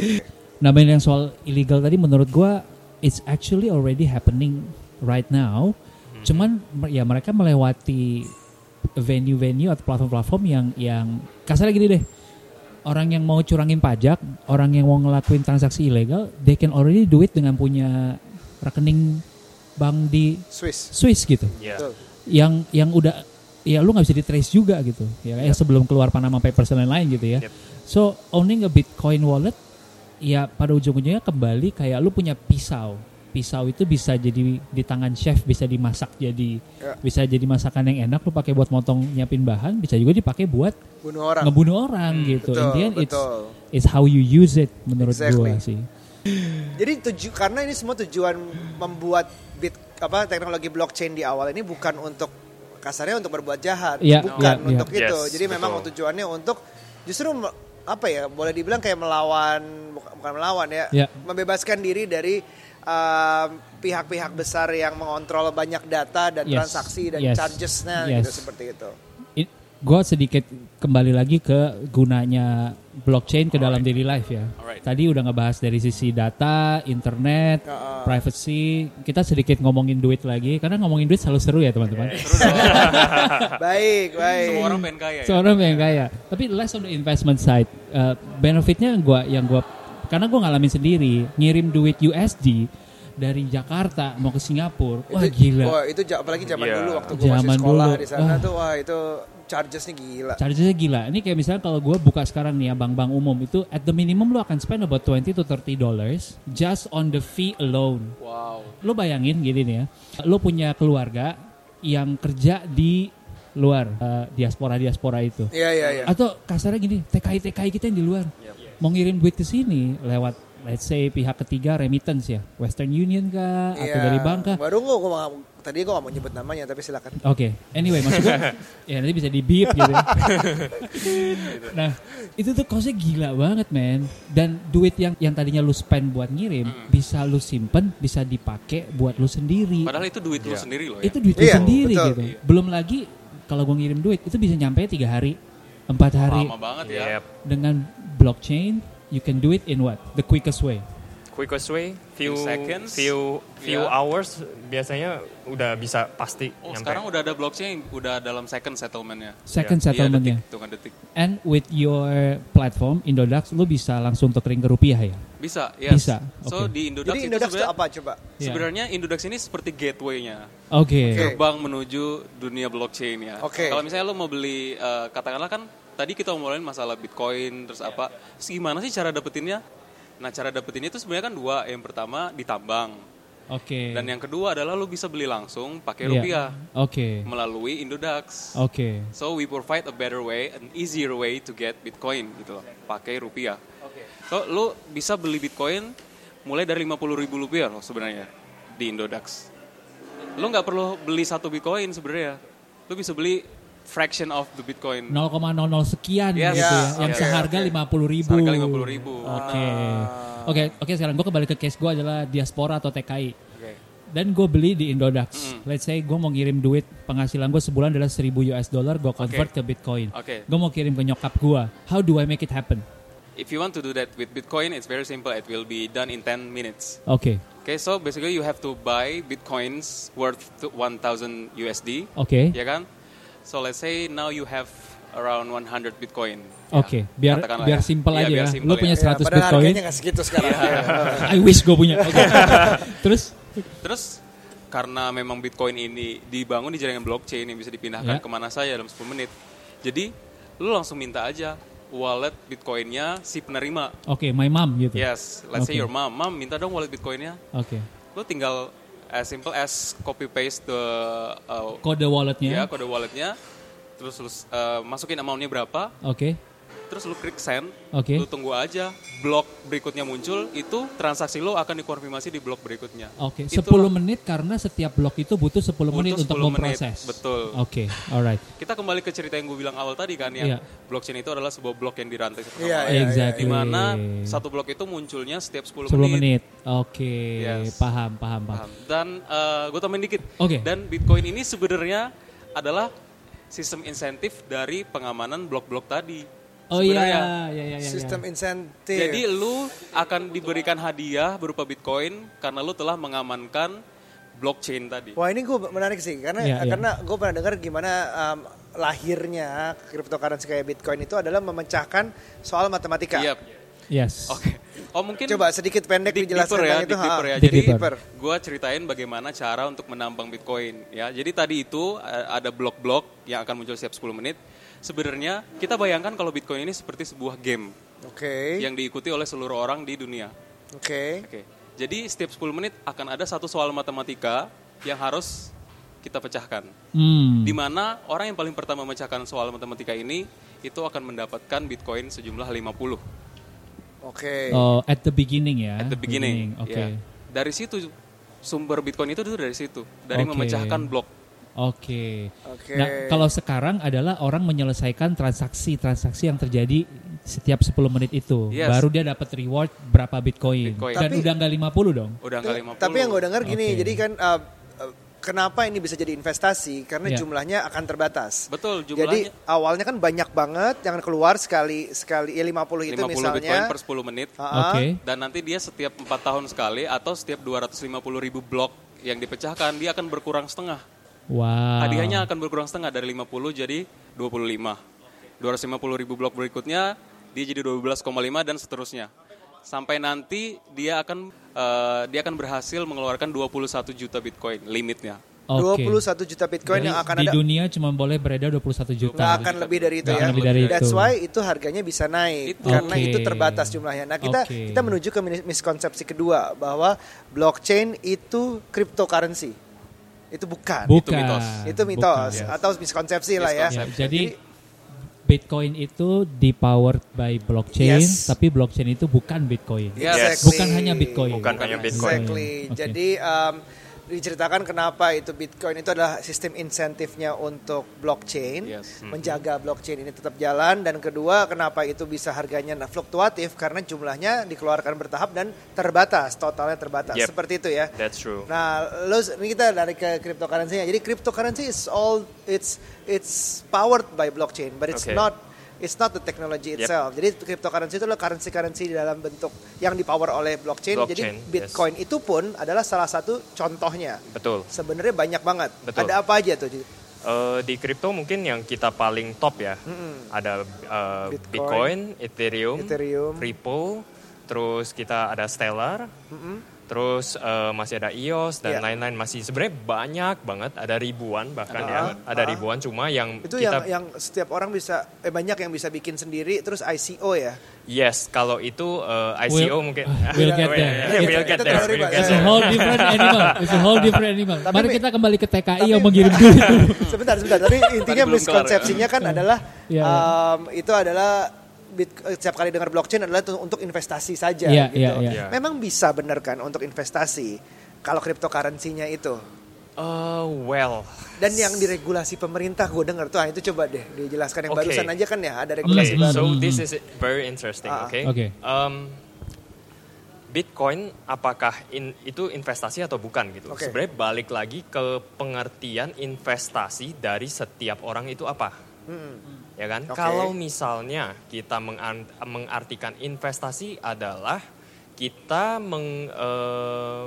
Namanya yang soal illegal tadi menurut gua it's actually already happening right now. Cuman me- ya mereka melewati venue-venue atau platform-platform yang yang kasarnya gini deh. Orang yang mau curangin pajak, orang yang mau ngelakuin transaksi ilegal, they can already do it dengan punya rekening bank di Swiss. Swiss gitu. Iya. Betul. Yang yang udah ya lu nggak bisa di trace juga gitu. Ya kayak sebelum keluar Panama Papers dan lain-lain gitu ya. Yep. So owning a Bitcoin wallet ya pada ujung-ujungnya kembali kayak lu punya pisau. Pisau itu bisa jadi di tangan chef, bisa dimasak jadi Ya. bisa jadi masakan yang enak, lu pakai buat motong nyiapin bahan, bisa juga dipakai buat Bunuh orang. ngebunuh orang gitu. Betul, Intinya it's betul. it's how you use it menurut Exactly. gua sih. Jadi tuju karena ini semua tujuan membuat bit apa teknologi blockchain di awal ini bukan untuk kasarnya untuk berbuat jahat, Iya, bukan iya, iya. untuk itu. Yes, Jadi memang betul. tujuannya untuk justru me- apa ya boleh dibilang kayak melawan bukan, bukan melawan ya, Iya. membebaskan diri dari um, pihak-pihak besar yang mengontrol banyak data dan Yes, transaksi dan yes, chargesnya yes. gitu seperti itu. Gue sedikit kembali lagi ke gunanya blockchain ke dalam daily life ya. Alright. Tadi udah ngebahas dari sisi data, internet, Uh-uh. privacy. Kita sedikit ngomongin duit lagi, karena ngomongin duit selalu seru ya teman-teman. Baik, baik. Semua orang pengen kaya ya. Seorang yang kaya. Tapi less on the investment side. Uh, benefitnya gua yang gua karena gue ngalamin sendiri ngirim duit U S D dari Jakarta mau ke Singapura, wah gila. Wah itu ja- apalagi zaman Iya. dulu waktu gue masih Zaman sekolah dulu. di sana Wah. tuh, wah itu chargesnya gila. Chargesnya gila. Ini kayak misalnya kalau gue buka sekarang nih ya bank-bank umum itu at the minimum lu akan spend about twenty to thirty dollars just on the fee alone. Wow. Lu bayangin gini nih ya, lu punya keluarga yang kerja di luar, uh, diaspora-diaspora itu. Iya iya iya. Atau kasarnya gini, T K I-T K I kita yang di luar. Mau ngirim duit ke sini lewat let's say pihak ketiga remittance ya, Western Union kah, atau dari bank kah. Baru gue tadi gue gak mau nyebut namanya tapi silakan. Oke, okay. Anyway maksud gue, ya nanti bisa di beep gitu. Nah, itu tuh costnya gila banget men. Dan duit yang yang tadinya lu spend buat ngirim, hmm. bisa lu simpen, bisa dipakai buat lu sendiri. Padahal itu duit lu Iya. sendiri loh ya. Itu duit lu Iya, sendiri betul. gitu. Belum lagi kalau gue ngirim duit, itu bisa nyampe tiga hari, empat hari. Lama banget ya. Yep. Dengan blockchain, you can do it in what? The quickest way. Quickest way, few In seconds. few few Yeah. hours biasanya udah bisa pasti Oh, nyampe. sekarang udah ada blockchain, udah dalam second settlement-nya. Second Iya, settlement-nya. detik, hitungan detik. And with your platform Indodax, lu bisa langsung tukerin ke rupiah ya? Bisa, yes. Bisa, So oke. di Indodax Jadi itu Indodax itu sebenarnya- apa coba? Iya. Sebenarnya Indodax ini seperti gateway-nya. Oke. Oke. Gerbang menuju dunia blockchain ya. Oke. Kalau misalnya lo mau beli, eh, katakanlah kan tadi kita ngomongin masalah Bitcoin, terus apa, terus gimana sih cara dapetinnya? Nah cara dapetinnya itu sebenarnya kan dua. Yang pertama ditambang. Oke. Dan yang kedua adalah lo bisa beli langsung pakai Iya. rupiah Oke. melalui Indodax. Oke. So we provide a better way, an easier way to get Bitcoin gitu loh, pakai rupiah. So lo bisa beli Bitcoin mulai dari lima puluh ribu rupiah loh sebenarnya di Indodax. Lo nggak perlu beli satu Bitcoin sebenarnya, lo bisa beli fraction of the Bitcoin. nol koma nol nol sekian Yes. gitu ya. Ya, Yang oke, seharga oke. lima puluh ribu. Harga lima puluh ribu. Oke. Oke, oke sekarang gue kembali ke case gue adalah diaspora atau T K I. Oke. Dan gue beli di Indodax. Let's say gue mau ngirim duit, penghasilan gue sebulan adalah seribu U S dollar, gue convert ke Bitcoin. Oke. Gue mau kirim ke nyokap gue. How do I make it happen? If you want to do that with Bitcoin, it's very simple. It will be done in ten minutes. Oke. Okay, so basically you have to buy Bitcoins worth one thousand U S D. Oke. Ya kan? So let's say now you have around one hundred Bitcoin. Oke, biar katakanlah biar ya. simple Iya, aja biar ya. simple Lo ya. punya Ya, seratus padahal Bitcoin. harganya gak segitu sekarang. Ya. I wish gue punya. Oke. Terus? Terus karena memang Bitcoin ini dibangun di jaringan blockchain yang bisa dipindahkan Ya. kemana saja dalam sepuluh menit. Jadi lu langsung minta aja wallet Bitcoinnya si penerima. Oke, my mom gitu. Yes, let's say Oke. your mom, mom minta dong wallet Bitcoinnya. Oke. Lu tinggal as simple as copy paste the uh, Kode ya walletnya. kode walletnya, terus lu uh, masukin amountnya berapa, Oke. terus lu klik send, Oke. lu tunggu aja blok berikutnya muncul, itu transaksi lu akan dikonfirmasi di blok berikutnya. Oke, Itulah. sepuluh menit karena setiap blok itu butuh sepuluh Butuh menit untuk sepuluh menit, memproses. betul. Oke, alright. Kita kembali ke cerita yang gue bilang awal tadi kan, yang Iya. blockchain itu adalah sebuah blok yang dirantai satu sama Iya, lain. iya, Exactly. Di mana satu blok itu munculnya setiap sepuluh, sepuluh menit. menit. Oke, Yes. paham, paham, paham. Paham. Dan gue tambahin dikit. Oke. Dan Bitcoin ini sebenarnya adalah sistem insentif dari pengamanan blok-blok tadi. Oh iya, Sebenarnya. iya, iya, iya. Sistem insentif. Jadi lu akan diberikan hadiah berupa Bitcoin karena lu telah mengamankan blockchain tadi. Wah ini gue menarik sih karena Iya, iya. karena gue pernah dengar gimana um, lahirnya cryptocurrency kayak Bitcoin itu adalah memecahkan soal matematika. Iya. Yes. Oke. Oh mungkin Coba sedikit pendek Dig dijelaskan deeper ya, tentang itu. dig deeper ha. ya. Dig Jadi deeper. gue ceritain bagaimana cara untuk menambang Bitcoin ya. Jadi tadi itu eh, ada blok-blok yang akan muncul setiap sepuluh menit. Sebenarnya kita bayangkan kalau Bitcoin ini seperti sebuah game Oke. yang diikuti oleh seluruh orang di dunia. Oke. Oke. Jadi setiap sepuluh menit akan ada satu soal matematika yang harus kita pecahkan. Hmm. Di mana orang yang paling pertama memecahkan soal matematika ini itu akan mendapatkan Bitcoin sejumlah lima puluh Oke. Oh, at the beginning ya. at the beginning. Oke. Ya. Dari situ sumber Bitcoin itu dulu dari situ, dari Oke. memecahkan blok. Oke. Oke. Nah, kalau sekarang adalah orang menyelesaikan transaksi-transaksi yang terjadi setiap sepuluh menit itu. Yes. Baru dia dapat reward berapa Bitcoin. Bitcoin. Dan Tapi- udah nggak lima puluh dong. Udah nggak lima puluh. Tapi yang gue dengar gini, Oke. jadi kan uh, uh, kenapa ini bisa jadi investasi? Karena Ya. jumlahnya akan terbatas. Betul, Jadi jumlahnya awalnya kan banyak banget yang keluar sekali sekali ya lima puluh itu lima puluh Bitcoin misalnya. per sepuluh menit. Ha-ha. Oke. Dan nanti dia setiap empat tahun sekali atau setiap dua ratus lima puluh ribu blok yang dipecahkan, dia akan berkurang setengah. Wow. Hadiahnya akan berkurang setengah dari lima puluh jadi dua puluh lima. dua ratus lima puluh ribu blok berikutnya dia jadi dua belas koma lima dan seterusnya. sampai nanti dia akan uh, dia akan berhasil mengeluarkan dua puluh satu juta Bitcoin limitnya. Oke. dua puluh satu juta Bitcoin Jadi yang akan di ada. Di dunia cuma boleh beredar dua puluh satu juta. Nggak akan lebih dari itu Nggak ya. akan lebih dari That's itu. why itu harganya bisa naik Itu. karena Oke. itu terbatas jumlahnya. Nah, kita Oke. kita menuju ke mis- miskonsepsi kedua bahwa blockchain itu cryptocurrency. Itu bukan. Bukan. Itu mitos. Itu mitos Bukan. atau miskonsepsi lah ya. Ya, jadi Bitcoin itu dipowered by blockchain, Yes. tapi blockchain itu bukan Bitcoin. Yes. Bukan hanya Bitcoin. Bukan hanya Bitcoin. Exactly. Oke. Jadi um, diceritakan kenapa itu Bitcoin itu adalah sistem insentifnya untuk blockchain, Yes. menjaga blockchain ini tetap jalan, dan kedua kenapa itu bisa harganya nah, fluktuatif karena jumlahnya dikeluarkan bertahap dan terbatas, totalnya terbatas. Yep. Seperti itu ya. That's true. Nah, lo ini kita dari ke cryptocurrency-nya. Jadi cryptocurrency is all it's it's powered by blockchain, but it's Okay. not it's not the technology Yep. itself. Jadi cryptocurrency itu adalah currency-currency di dalam bentuk yang dipower oleh blockchain. Jadi Blockchain, Bitcoin itu pun adalah salah satu contohnya. Betul. Sebenarnya banyak banget. Betul. Ada apa aja tuh? Eh, di kripto mungkin yang kita paling top ya. Ada eh, Bitcoin, Bitcoin, Ethereum, Ethereum. Ripple, terus kita ada Stellar. Terus eh, masih ada E O S dan Iya. lain-lain, masih sebenarnya banyak banget, ada ribuan bahkan ya, Ah, ada ah. ribuan, cuma yang Itu kita yang yang setiap orang bisa eh banyak yang bisa bikin sendiri terus I C O ya. yes, kalau itu eh, I C O We'll- mungkin we'll get Oh, there. yeah, yeah, we'll Itu get there. terlalu we'll ribet. get It's a there. whole different animal. It's a whole different animal. Tapi- Mari kita kembali ke T K I tapi- yang mengirim duit itu. sebentar sebentar tapi intinya belum miskonsepsinya kan adalah Iya, iya. um, itu adalah bit, setiap kali dengar blockchain adalah tuh untuk investasi saja Iya, gitu. iya, iya. Iya. Memang bisa bener kan untuk investasi kalau cryptocurrency-nya itu. Eh, well, Dan yang diregulasi pemerintah gue dengar tuh, ah, itu coba deh dijelaskan yang Oke. barusan aja kan ya ada okay, regulasi Hmm. baru. so this is very interesting, Ah. okay? Oke. Um, Bitcoin apakah in, itu investasi atau bukan gitu? Oke. Sebenarnya balik lagi ke pengertian investasi dari setiap orang itu apa, ya kan? Oke. Kalau misalnya kita mengan- mengartikan investasi adalah kita meng, eh,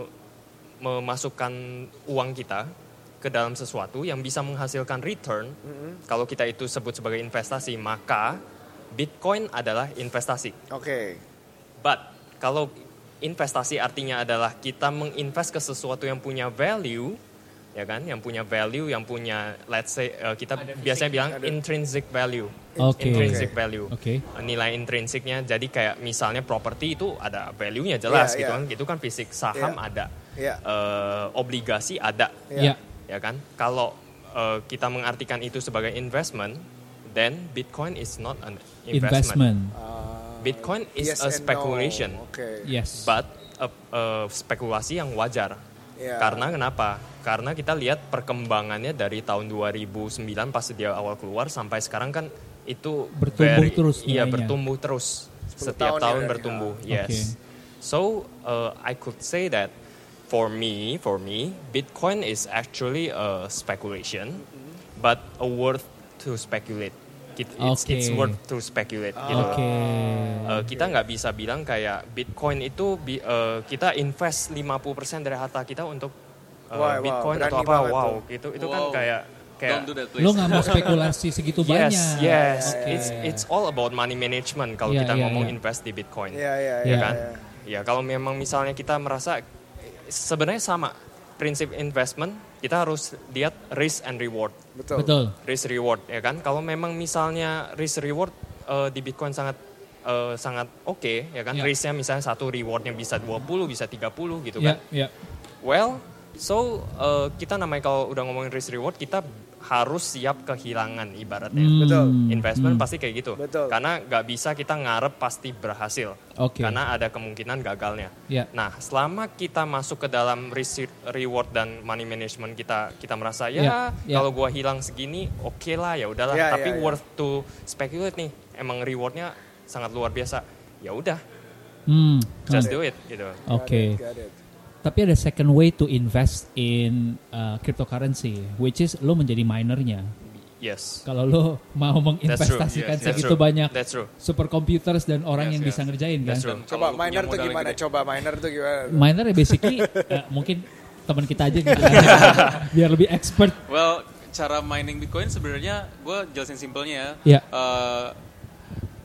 memasukkan uang kita ke dalam sesuatu yang bisa menghasilkan return. Kalau kita itu sebut sebagai investasi, maka Bitcoin adalah investasi. Oke. But kalau investasi artinya adalah kita menginvest ke sesuatu yang punya value, ya kan, yang punya value, yang punya let's say uh, kita biasanya bilang Ada. intrinsic value, Oke. intrinsic value, Oke. Uh, nilai intrinsiknya. Jadi kayak misalnya properti itu ada value-nya jelas Iya, gitu iya. kan, itu kan fisik, saham Iya. ada, Iya. uh, obligasi ada, Ya. ya kan. Kalau uh, kita mengartikan itu sebagai investment, then Bitcoin is not an investment. Investment. Bitcoin is Yes a and no. speculation. Oke. Yes. But uh, uh, spekulasi yang wajar. Iya. Karena kenapa? Karena kita lihat perkembangannya dari tahun dua ribu sembilan pas dia awal keluar sampai sekarang kan itu Bertumbuh terus Iya, nilainya. bertumbuh terus. sepuluh Setiap tahun ya tahun dari- bertumbuh. ah. Yes. Oke. So, uh, I could say that for me, for me, Bitcoin is actually a speculation, but a worth to speculate. It- It's, it's Oke. worth to speculate. gitu. Oke. Uh, kita nggak bisa bilang kayak Bitcoin itu bi- uh, kita invest lima puluh persen dari harta kita untuk uh, Wah, wow, Bitcoin atau berani apa. banget Wow, tuh. gitu. Itu kan Wow. kayak kayak Don't do that, please. Lo nggak mau spekulasi segitu yes, banyak. yes. Oke. It's it's all about money management kalau Iya, kita iya, ngomong iya. invest di Bitcoin. Iya, iya, Ya iya. kan? iya. Ya kalau memang misalnya kita merasa sebenarnya sama prinsip investment, kita harus lihat risk and reward. Betul. Betul. Risk reward ya kan. Kalau memang misalnya risk reward uh, di Bitcoin sangat uh, sangat oke ya kan. Ya. Risknya misalnya satu rewardnya bisa dua puluh, bisa tiga puluh gitu Ya, kan. ya. Well, so uh, kita namanya kalau udah ngomongin risk reward, kita harus siap kehilangan ibaratnya. Hmm. Betul. Investment Hmm. pasti kayak gitu. Betul. Karena nggak bisa kita ngarep pasti berhasil. Oke. Karena ada kemungkinan gagalnya. Ya. Nah, selama kita masuk ke dalam risk reward dan money management kita kita merasa ya, Ya, ya. kalau gua hilang segini oke lah ya udahlah, Ya, tapi ya, ya. worth to speculate nih. Emang rewardnya sangat luar biasa. Ya udah, Hmm. just Hmm. do it gitu. Oke. Got it, got it. Tapi ada second way to invest in uh, cryptocurrency, which is lo menjadi minernya. Yes. Kalau lo mau menginvestasikan Yes, that's segitu true. banyak That's true. supercomputers dan orang Yes, yang yes. bisa ngerjain kan. That's true. Coba Kalau punya miner tuh modal gimana? gede. Coba miner tuh gimana? Miner ya basically eh, mungkin teman kita aja gitu. Biar lebih expert. Well, cara mining Bitcoin sebenarnya gue jelasin simpelnya ya. Ya. Eh,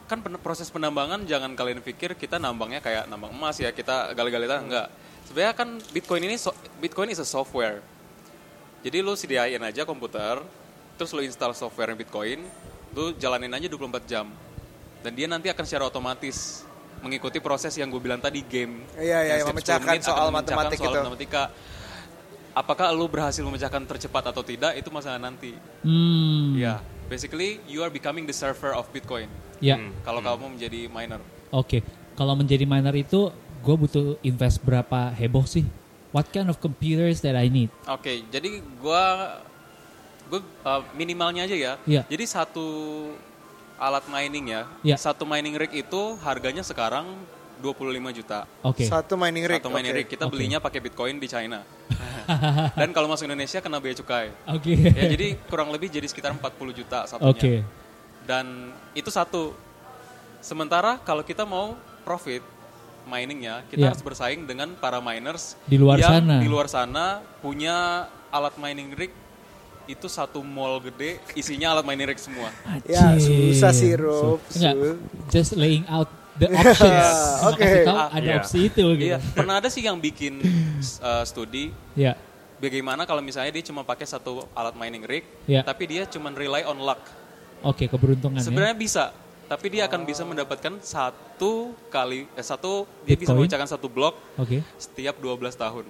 kan pen- proses penambangan jangan kalian pikir kita nambangnya kayak nambang emas ya, kita gali-gali tanah, enggak. Sebenarnya kan Bitcoin ini so- Bitcoin is a software. Jadi lu sediain aja komputer, terus lu install software Bitcoin, lu jalanin aja dua puluh empat jam. Dan dia nanti akan secara otomatis mengikuti proses yang gue bilang tadi, game. Iya, iya, Yang setiap memecahkan sepuluh menit soal akan memecahkan matematik soal itu. matematika. Apakah lu berhasil memecahkan tercepat atau tidak, itu masalah nanti. Hmm. Ya, basically you are becoming the server of Bitcoin. Ya. Hmm. Kalau kamu menjadi miner. Oke. Kalau menjadi miner itu gue butuh invest berapa heboh sih? What kind of computers that I need? Oke, jadi gua gue uh, minimalnya aja ya. Iya. Jadi satu alat mining ya, Iya. satu mining rig itu harganya sekarang dua puluh lima juta. Oke. Satu mining rig. Satu mining oke. rig kita Oke. belinya pakai Bitcoin di China. Dan kalau masuk Indonesia kena bea cukai. Oke. Ya, jadi kurang lebih jadi sekitar empat puluh juta satunya. Oke. Dan itu satu. Sementara kalau kita mau profit miningnya, kita Iya. harus bersaing dengan para miners Di luar yang sana. di luar sana punya alat mining rig itu satu mall gede isinya alat mining rig semua. Ya, Anjir. susah sih, Rob. Su- Enggak, Su- just laying out the options. Cuma Oke. kasih tahu Ah, ada iya. opsi itu gitu. Iya, pernah ada sih yang bikin uh, studi Ya. bagaimana kalau misalnya dia cuma pakai satu alat mining rig, Iya. tapi dia cuma rely on luck. Oke, keberuntungan ya. Sebenarnya bisa, tapi dia akan bisa mendapatkan satu kali eh, satu dia bisa Bitcoin? memecahkan satu blok Oke. setiap dua belas tahun.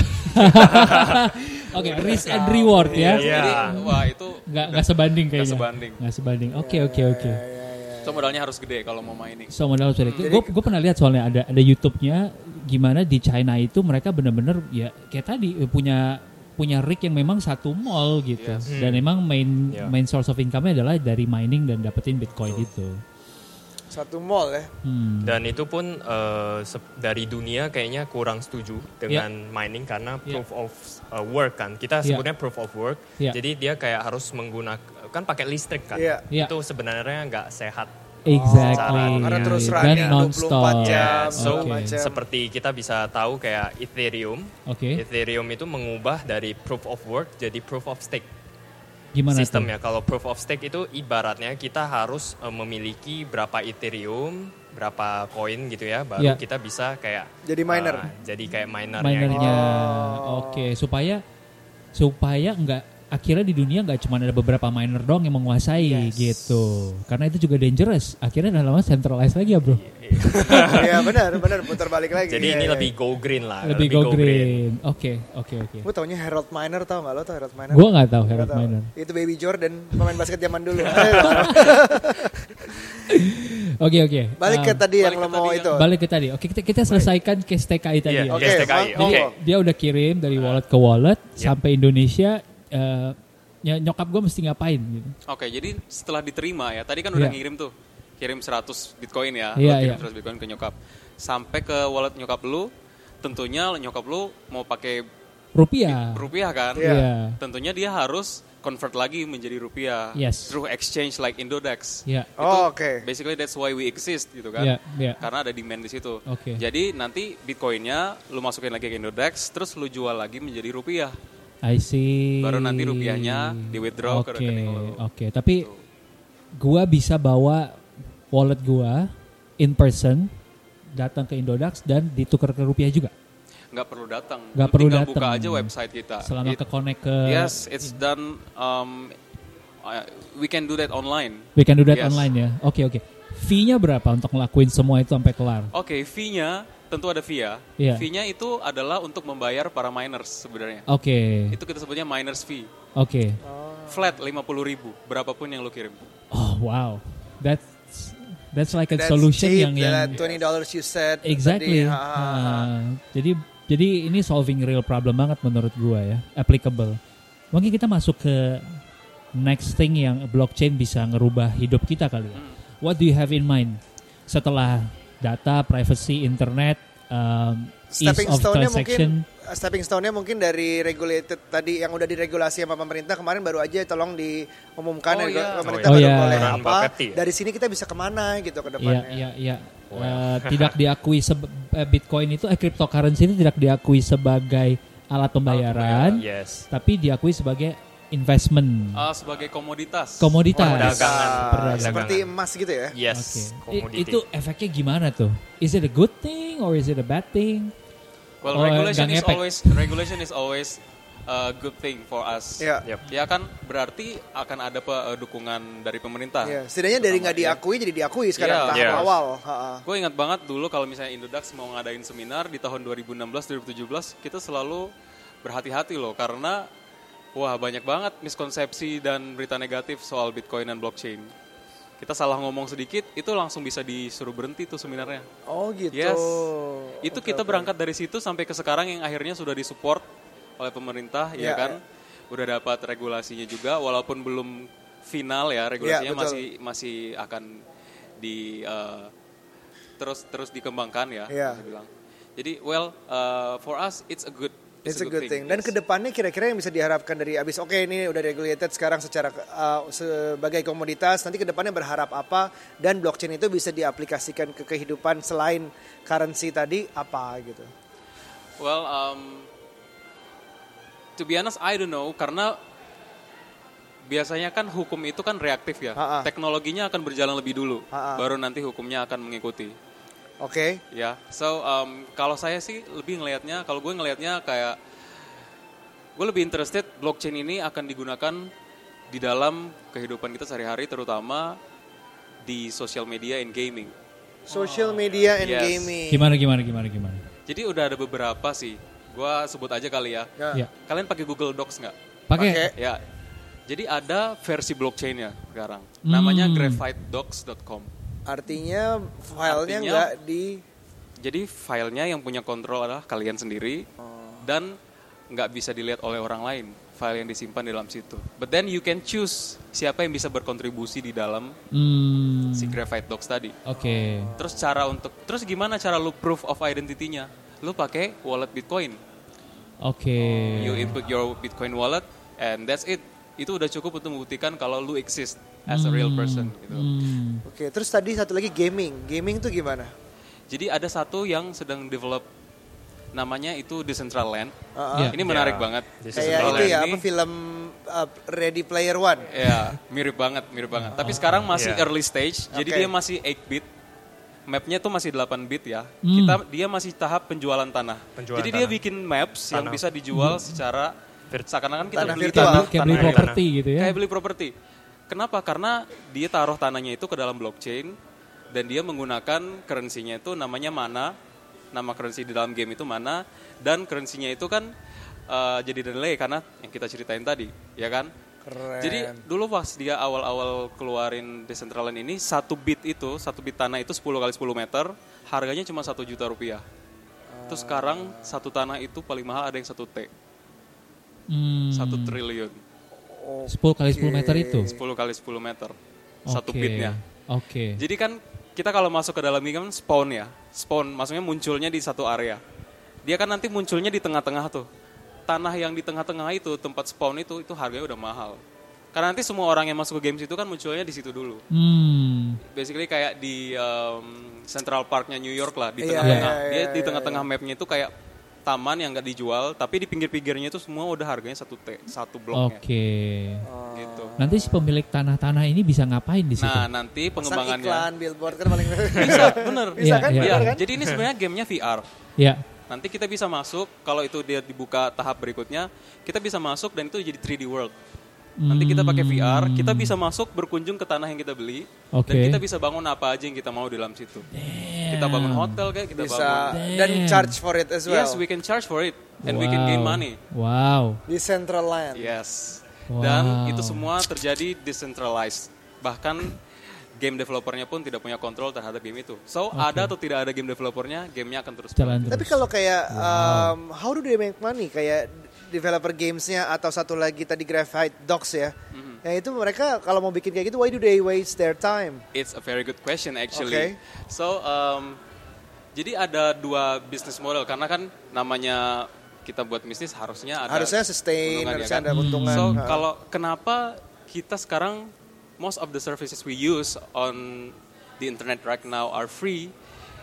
Oke, risk and reward ya. Iya. Jadi wah itu Nggak nggak sebanding nggak kayaknya. sebanding. Nggak sebanding. Oke, oke, oke. So modalnya harus gede kalau mau mining. So modal harus gede. Gue gue pernah lihat soalnya ada ada YouTube-nya gimana di China itu mereka benar-benar ya kayak tadi eh, punya punya rig yang memang satu mall gitu. Yes. Dan memang main Yeah. main source of income-nya adalah dari mining dan dapetin Bitcoin itu. Satu mall ya. Hmm. Dan itu pun eh, sep- dari dunia kayaknya kurang setuju dengan mining karena Yeah. proof of uh, work kan. Kita Yeah. sebutnya proof of work. Yeah. Jadi dia kayak harus menggunakan kan pakai listrik kan. Iya. Yeah. Itu sebenarnya nggak sehat. Exactly. Oh, karena terus dan run-nya non-stop. dua puluh empat jam. Ya, Oke. so Macam. seperti kita bisa tahu kayak Ethereum. Oke. Ethereum itu mengubah dari proof of work jadi proof of stake. Gimana Sistemnya kalau proof of stake itu ibaratnya kita harus uh, memiliki berapa Ethereum, berapa koin gitu ya, baru Yeah. kita bisa kayak Jadi miner. uh, jadi kayak tuh? minernya. Minernya. Oh. Oke, supaya supaya enggak akhirnya di dunia nggak cuma ada beberapa miner dong yang menguasai Yes. gitu. Karena itu juga dangerous. Akhirnya lama-lama centralized lagi ya, Bro. Iya benar, benar putar balik lagi. Jadi Iya, ini iya. lebih go green lah. Lebih go green. Oke, oke, oke. Gue taunya Harold Miner, tau gak lo tau Harold Miner? Gua nggak tahu Nggak Harold tahu. Miner. Itu Baby Jordan, pemain basket zaman dulu. Oke, oke. Balik ke Um, tadi yang balik lo ke mau tadi itu. balik ke tadi. Oke, kita kita selesaikan case T K I tadi Iya, ya. Oke, case T K I. Bang, Oke. monggo. Dia udah kirim dari wallet ke wallet sampai Indonesia. eh, ny- nyokap gue mesti ngapain gitu. Oke, jadi setelah diterima ya, tadi kan udah Iya. ngirim tuh, kirim seratus Bitcoin ya, Iya, lo kirim iya. seratus Bitcoin ke nyokap, sampai ke wallet nyokap lu, tentunya nyokap lu mau pakai Rupiah. rupiah kan, Iya. Iya. tentunya dia harus convert lagi menjadi rupiah, Yes. through exchange like Indodex. Iya. Oh, oke. Basically that's why we exist gitu kan, Iya, iya. karena ada demand di situ. Oke. Jadi nanti Bitcoinnya lu masukin lagi ke Indodex, terus lu jual lagi menjadi rupiah. I see. Baru nanti rupiahnya di-withdraw Oke, ke rekening lo. Oke, tapi gua bisa bawa wallet gua in person datang ke Indodax dan ditukar ke rupiah juga. Nggak perlu datang, Nggak Lu perlu tinggal datang. buka aja website kita. Selama It- ke connect ke Yes, it's done. Um, uh, we can do that online. we can do that Yes. online ya. Oke, oke. Fee-nya berapa untuk ngelakuin semua itu sampai kelar? Oke, fee-nya tentu ada fee ya. Iya. Fee-nya itu adalah untuk membayar para miners sebenarnya. Oke. Itu kita sebutnya miners fee. Oke. Flat lima puluh ribu, berapapun yang lu kirim. Oh, wow. That's that's like a That's solution cheap, yang yang that twenty dollars you said. exactly. Tadi, ha, ha, ha. Ah, jadi jadi ini solving real problem banget menurut gua ya, applicable. Mungkin kita masuk ke next thing yang blockchain bisa ngerubah hidup kita kali ya. Hmm. What do you have in mind setelah data, privacy, internet, um, ease Stepping of stone-nya transaction? mungkin stepping stone-nya mungkin dari regulated tadi yang udah diregulasi sama pemerintah kemarin baru aja tolong diumumkan Oh, dari iya. pemerintah Oh, baru iya. boleh Aturan apa. Bapepti ya? Dari sini kita bisa kemana gitu ke Iya, depannya. iya, iya. Eh, tidak diakui sebe- eh, Bitcoin itu eh, cryptocurrency itu tidak diakui sebagai alat pembayaran, Yes. tapi diakui sebagai investment, Uh, sebagai komoditas. komoditas, Perdagangan. perdagangan. Seperti emas gitu ya. Yes, Oke. I- commodity. Itu efeknya gimana tuh? Is it a good thing or is it a bad thing? Well, Oh, regulation nggak is ngepek. always regulation is always a good thing for us. Iya. Yep. Ya kan berarti akan ada pe- eh, dukungan dari pemerintah. Iya, setidaknya dari nggak diakui jadi diakui sekarang Iya. tahap Yes. awal. Ha-ha. Gue ingat banget dulu kalau misalnya Indodax mau ngadain seminar di tahun dua ribu enam belas dua ribu tujuh belas, kita selalu berhati-hati loh karena wah banyak banget miskonsepsi dan berita negatif soal Bitcoin dan blockchain. Kita salah ngomong sedikit itu langsung bisa disuruh berhenti tuh seminarnya. Oh gitu. Yes. Itu Oke, kita oke. berangkat dari situ sampai ke sekarang yang akhirnya sudah disupport oleh pemerintah, Ya, ya kan? Udah dapat regulasinya juga, walaupun belum final ya, regulasinya Ya, betul. masih masih akan di eh, terus terus dikembangkan ya. Ya. Saya bilang. Jadi well uh, for us it's a good It's a good thing. Dan kedepannya kira-kira yang bisa diharapkan dari abis oke ini udah regulated sekarang secara uh, sebagai komoditas, nanti kedepannya berharap apa dan blockchain itu bisa diaplikasikan ke kehidupan selain currency tadi apa gitu. Well, um, to be honest, I don't know karena biasanya kan hukum itu kan reaktif ya. Ha-ha. Teknologinya akan berjalan lebih dulu, Ha-ha. baru nanti hukumnya akan mengikuti. Oke. Ya, so um, kalau saya sih lebih ngelihatnya, kalau gue ngelihatnya kayak gue lebih interested blockchain ini akan digunakan di dalam kehidupan kita sehari-hari, terutama di social media and gaming. Social media and Yes. gaming. Gimana gimana gimana gimana? Jadi udah ada beberapa sih, gue sebut aja kali ya. Ya. Ya. Kalian pakai Google Docs nggak? Pakai. Pakai. Ya, jadi ada versi blockchainnya sekarang, Hmm. namanya graphite docs dot com. Artinya filenya Artinya- nggak di Jadi filenya yang punya kontrol adalah kalian sendiri dan nggak bisa dilihat oleh orang lain. File yang disimpan di dalam situ. But then you can choose siapa yang bisa berkontribusi di dalam Hmm. si graphite docs tadi. Oke. Terus cara untuk terus gimana cara lu proof of identity-nya? Lu pakai wallet Bitcoin. Oke. You input your Bitcoin wallet and that's it. Itu udah cukup untuk membuktikan kalau lu exist as a real person gitu. Hmm. Oke, terus tadi satu lagi gaming. Gaming tuh gimana? Jadi ada satu yang sedang develop namanya itu Decentraland. Uh-uh. Ya. Ini menarik Ya. banget. This is Kayak Decentraland itu ya, ini- apa film uh, Ready Player One. Ya, mirip banget, mirip banget. Tapi sekarang masih Yeah. early stage, jadi Oke. dia masih eight bit. Mapnya tuh masih delapan bit ya. Hmm. Kita dia masih tahap penjualan tanah. Penjualan jadi dia tanah. bikin maps yang Tanah. bisa dijual secara seakan-akan kita Tanah beli virtual. tanah, Kayak tanah beli real. properti gitu ya. Kayak beli properti. Kenapa? Karena dia taruh tanahnya itu ke dalam blockchain dan dia menggunakan currency-nya itu namanya mana. Nama currency di dalam game itu mana dan currency-nya itu kan eh, jadi delay karena yang kita ceritain tadi, ya kan? Keren. Jadi dulu pas dia awal-awal keluarin Decentraland ini satu bit itu satu bit tanah itu sepuluh kali sepuluh meter harganya cuma satu juta rupiah. Terus sekarang satu tanah itu paling mahal ada yang satu T, Hmm. satu triliun, sepuluh kali sepuluh meter itu. sepuluh kali sepuluh meter, satu Oke. bitnya. Oke. Jadi kan kita kalau masuk ke dalam ini kan spawn ya, spawn maksudnya munculnya di satu area. Dia kan nanti munculnya di tengah-tengah tuh. Tanah yang di tengah-tengah itu tempat spawn itu itu harganya udah mahal. Karena nanti semua orang yang masuk ke games itu kan munculnya di situ dulu. Hmm. Basically kayak di um, Central Parknya New York lah, di Iya, tengah-tengah. iya, Dia iya, di iya, tengah-tengah mapnya itu kayak taman yang nggak dijual, tapi di pinggir-pinggirnya itu semua udah harganya satu T, satu bloknya. Oke. Gitu. Nanti si pemilik tanah-tanah ini bisa ngapain di situ? Nah nanti Pasang pengembangannya iklan, billboard kan paling bisa, bener. Bisa Iya, kan? iya. Bener Iya, kan? jadi ini sebenarnya gamenya V R. Ya. Nanti kita bisa masuk, kalau itu dia dibuka tahap berikutnya, kita bisa masuk dan itu jadi three D world. Nanti kita pakai V R, kita bisa masuk berkunjung ke tanah yang kita beli, Oke. dan kita bisa bangun apa aja yang kita mau di dalam situ. Kita bangun hotel kayak kita Bisa bangun. dan Damn. charge for it as well. Yes, we can charge for it and we can gain Wow. money. Wow. Di Central Land. Yes. Wow. Dan itu semua terjadi decentralized. Bahkan game developernya pun tidak punya kontrol terhadap game itu. So, ada atau tidak ada game developernya, gamenya akan terus Jalan berlanjut. Tapi terus. kalau kayak um, how do they make money? Kayak developer gamesnya atau satu lagi tadi Graphite Docs ya. Mhm. Ya itu mereka kalau mau bikin kayak gitu, why do they waste their time? It's a very good question actually. Okay. So, um, jadi ada dua business model karena kan namanya kita buat bisnis harusnya ada Harusnya sustain, keuntungan, ya harusnya kan? ada keuntungan. So, Ha. kalau kenapa kita sekarang most of the services we use on the internet right now are free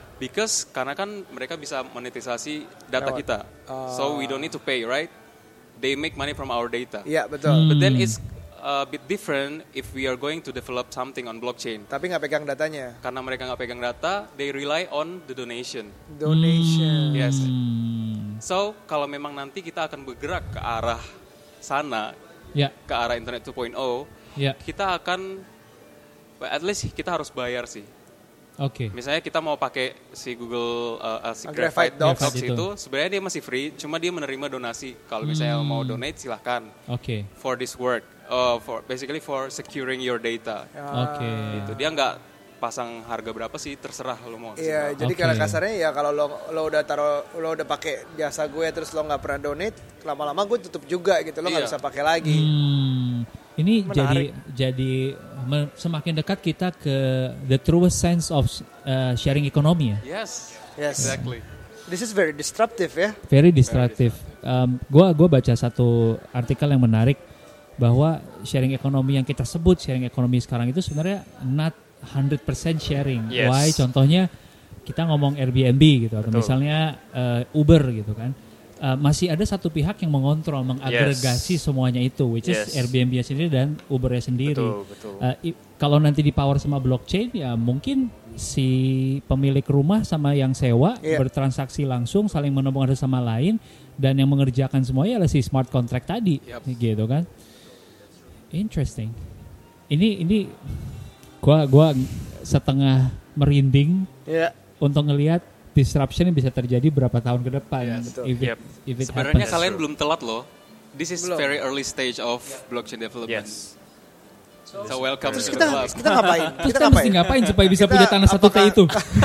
because karena kan mereka bisa monetisasi data Lewat. kita. So we don't need to pay, right? they make money from our data. Iya betul. Hmm. But then it's a bit different if we are going to develop something on blockchain. Tapi nggak pegang datanya. Karena mereka nggak pegang data, they rely on the donation. Donation. Yes. Hmm. So kalau memang nanti kita akan bergerak ke arah sana, Ya, ke arah internet two point oh, ya, kita akan, at least kita harus bayar sih. oke. Misalnya kita mau pakai si Google uh, uh, si Graphite Graphite Docs. Docs Graphite itu, sebenarnya dia masih free, cuma dia menerima donasi. Kalau misalnya Hmm. mau donate silahkan Oke, for this work, uh, for basically for securing your data. oke. Itu dia nggak pasang harga berapa sih, terserah lo mau. Iya, jadi Oke. kalau kasarnya ya kalau lo lo udah taruh lo udah pakai jasa gue terus lo nggak pernah donate, lama-lama gue tutup juga gitu, lo nggak Iya. bisa pakai lagi. Hmm, ini Menarik. jadi jadi me- semakin dekat kita ke the truest sense of uh, sharing economy ya. Yes, Yes. exactly. This is very disruptive ya. Very destructive. Um, gua gua baca satu artikel yang menarik bahwa sharing economy yang kita sebut sharing economy sekarang itu sebenarnya not one hundred percent sharing. Yes. Why? Contohnya kita ngomong Airbnb gitu atau Betul. misalnya uh, Uber gitu kan. Uh, masih ada satu pihak yang mengontrol, mengagregasi Yes. semuanya itu, which is Yes. Airbnb sendiri dan Uber-nya sendiri. Betul, betul. Uh, i- kalau nanti di power sama blockchain ya mungkin si pemilik rumah sama yang sewa Iya. bertransaksi langsung, saling menghubung satu sama lain, dan yang mengerjakan semuanya adalah si smart contract tadi, Yap. gitu kan? Interesting. Ini ini gua gua setengah merinding Iya. untuk ngelihat disruption yang bisa terjadi berapa tahun ke depan. Yes, betul. If it, Yep. if it Sebenarnya happens. kalian belum telat loh. This is Belum. very early stage of blockchain development. Yes. So welcome Terus to kita the club. kita ngapain? Terus Kita kita mesti ngapain? ngapain supaya bisa Kita punya tanah satu T apakah- itu?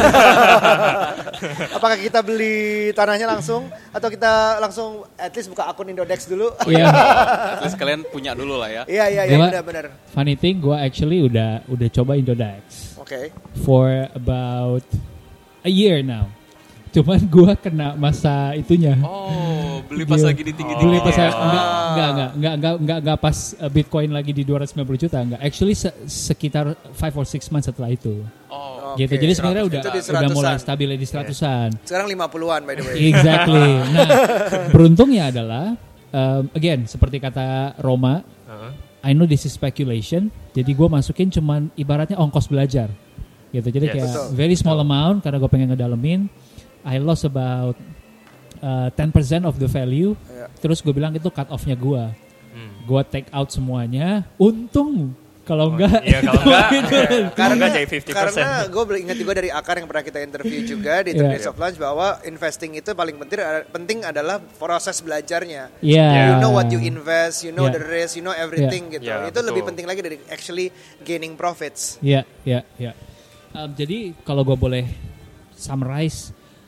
Apakah kita beli tanahnya langsung atau kita langsung at least buka akun Indodex dulu? Iya. At least kalian punya dulu lah ya. Iya iya iya Gua- benar-benar. Funny thing, gue actually udah udah coba Indodax Oke. for about a year now. Cuman gue kena masa itunya. Oh, beli pas Gila. lagi di tinggi Beli pas tinggi. enggak, enggak, enggak, enggak, enggak, enggak, enggak, enggak pas uh, Bitcoin lagi di dua ratus sembilan puluh juta, enggak. Actually se- sekitar five or six months setelah itu. Oh, Gitu. Oke. Jadi sebenarnya udah Itu di udah mulai seratusan. stabil di seratusan. Sekarang lima puluhan by the way. Exactly. Nah, beruntungnya adalah um, again seperti kata Roma, Uh-huh. I know this is speculation. Jadi gue masukin cuman ibaratnya ongkos belajar, gitu. Jadi Yes. kayak Betul. very small amount karena gue pengen ngedalemin. I lost about uh, ten percent of the value. Iya. Terus gue bilang itu cut off-nya gue. Hmm. Gue take out semuanya. Untung kalau enggak. Iya kalau enggak, itu- kalau Karena enggak jadi fifty percent. karena gue ingat juga dari Akar yang pernah kita interview juga di Iya. Three Days of Lunch bahwa investing itu paling penting penting adalah proses belajarnya. Iya. You know what you invest, you know Yeah. the risk, you know everything gitu. Yeah, Itu betul. lebih penting lagi dari actually gaining profits. Iya, iya, iya. Um, jadi kalau gue boleh summarize,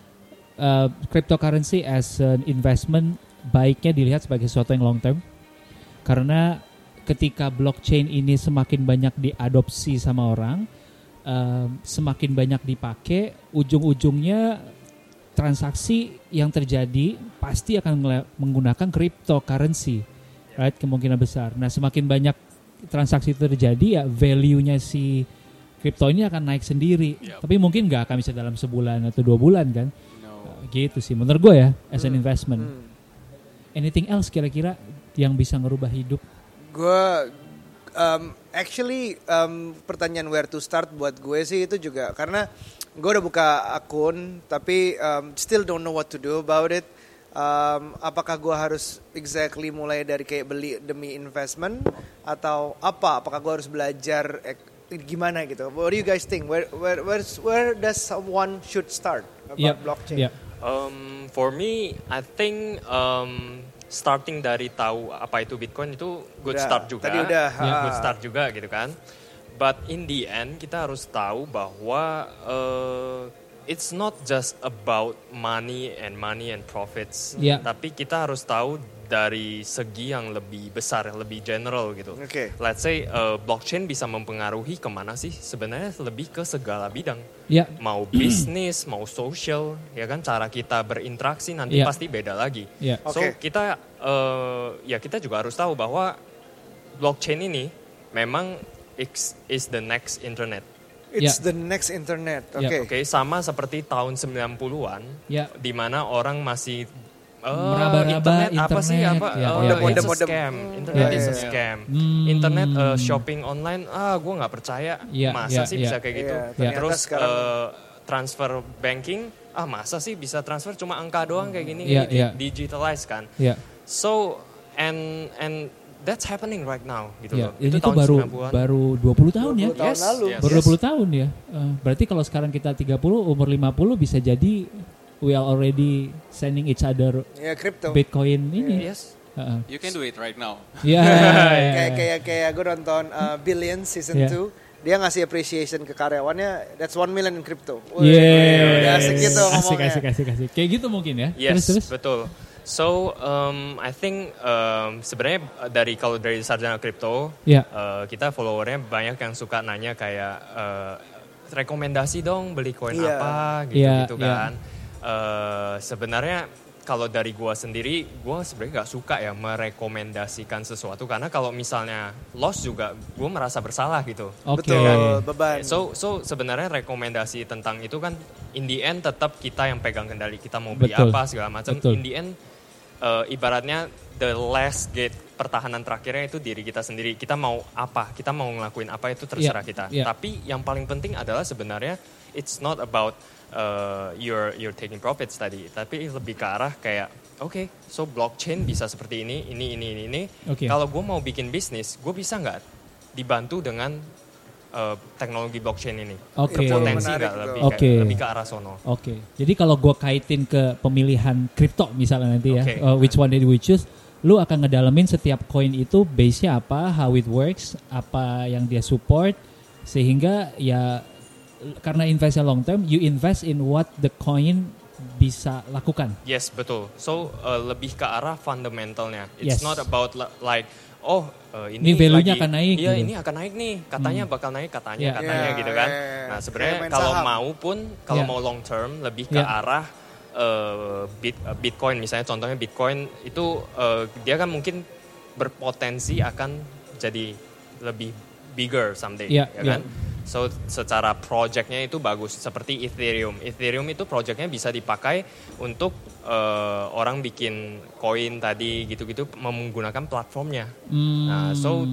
uh, cryptocurrency as an investment baiknya dilihat sebagai sesuatu yang long term. Karena ketika blockchain ini semakin banyak diadopsi sama orang, um, semakin banyak dipakai, ujung-ujungnya transaksi yang terjadi pasti akan ngele- menggunakan cryptocurrency, right? Kemungkinan besar. Nah, semakin banyak transaksi itu terjadi, ya value-nya si kripto ini akan naik sendiri. Yep. Tapi mungkin nggak akan bisa dalam sebulan atau dua bulan kan? No. Uh, gitu sih, menurut gue ya, as an investment. Hmm. Anything else kira-kira yang bisa ngerubah hidup? Gue um, actually um, pertanyaan where to start buat gue sih itu juga karena gue udah buka akun tapi um, still don't know what to do about it. Um, apakah gue harus exactly mulai dari kayak beli demi investment atau apa? Apakah gue harus belajar eh, gimana gitu? What do you guys think? Where where where's- where does someone should start about Yep, blockchain? yep. Um, for me, I think um, starting dari tahu apa itu Bitcoin itu good Udah, start juga. tadi udah, Ya, ah. good start juga gitu kan. But in the end kita harus tahu bahwa uh, it's not just about money and money and profits. Ya. Tapi kita harus tahu dari segi yang lebih besar, lebih general gitu. Oke. Let's say uh, blockchain bisa mempengaruhi kemana sih? Sebenarnya lebih ke segala bidang. Ya, Mau bisnis, mau social, ya kan cara kita berinteraksi nanti Iya. pasti beda lagi. ya. So Oke. kita uh, ya kita juga harus tahu bahwa blockchain ini memang is, is the next internet. It's Ya. the next internet. Ya. Oke. Oke, sama seperti tahun sembilan puluhan Ya. di mana orang masih Uh, meraba-raba internet, apa sih apa? Ya, oh, ya, it's modem, a modem. scam. Hmm. Internet Ya, is ya, a ya. scam. Hmm. Internet uh, shopping online, ah gue nggak percaya. Ya, masa ya, sih ya. bisa kayak gitu? Iya, ternyata Terus sekarang- uh, transfer banking, ah masa sih bisa transfer cuma angka doang kayak gini? Ya, Di- ya. Digitalize kan. Ya. So and and that's happening right now gitu Ya, loh. ini tuh tahun baru sembilan puluhan. baru dua puluh tahun ya. dua puluh tahun Yes, lalu. yes. Baru dua puluh tahun ya. Eh, berarti kalau sekarang kita tiga puluh, umur lima puluh bisa jadi we are already sending each other Ya crypto. Bitcoin ini. Yes. Heeh. You can do it right now. Ya. kayak kayak kayak gue nonton uh, Billions season Yeah. two, dia ngasih appreciation ke karyawannya, that's one million in crypto. Wih, Yes. udah asik gitu Asik, ngomongnya. asik, asik, asik. Kayak gitu mungkin ya. Yes, Terus, terus. betul. So um, I think um, sebenarnya dari kalau dari sarjana kripto, Ya. uh, kita followernya banyak yang suka nanya kayak uh, rekomendasi dong beli koin Iya. apa gitu Iya, gitu iya. kan. Uh, sebenarnya kalau dari gua sendiri, gua sebenarnya nggak suka ya merekomendasikan sesuatu karena kalau misalnya loss juga gua merasa bersalah gitu. Oke. Betul, beban. So, so sebenarnya rekomendasi tentang itu kan in the end tetap kita yang pegang kendali, kita mau beli Betul. apa segala macam. Betul. In the end uh, ibaratnya the last gate pertahanan terakhirnya itu diri kita sendiri. Kita mau apa, kita mau ngelakuin apa itu terserah Yeah, kita. yeah. Tapi yang paling penting adalah sebenarnya it's not about uh, you're you're taking profits tadi, tapi lebih ke arah kayak oke, okay, so blockchain bisa seperti ini, ini, ini, ini, ini. Oke. Kalau gue mau bikin bisnis, gue bisa nggak dibantu dengan uh, teknologi blockchain ini? Oke. Berpotensi Menarik nggak itu. lebih, Oke. kayak, lebih ke arah sono? Oke, jadi kalau gue kaitin ke pemilihan kripto misalnya nanti ya, Oke. uh, which one did we choose, lu akan ngedalamin setiap koin itu base-nya apa, how it works, apa yang dia support, sehingga ya karena investnya long term, you invest in what the coin bisa lakukan. Yes, betul. So uh, lebih ke arah fundamentalnya. It's Yes. not about la- like oh uh, ini, Ini value-nya lagi- akan naik Iya, gitu. ini akan naik nih. Katanya bakal naik, katanya, Yeah. katanya Yeah, gitu kan. yeah, yeah. Nah, sebenarnya Kayak main kalau saham. mau pun kalau Yeah. mau long term lebih ke Yeah. arah uh, bit, uh, Bitcoin misalnya contohnya Bitcoin itu uh, dia kan mungkin berpotensi akan jadi lebih bigger someday, Yeah, ya yeah. kan? So secara projectnya itu bagus seperti Ethereum. Ethereum itu projectnya bisa dipakai untuk uh, orang bikin koin tadi gitu-gitu menggunakan platformnya. Hmm, Nah, so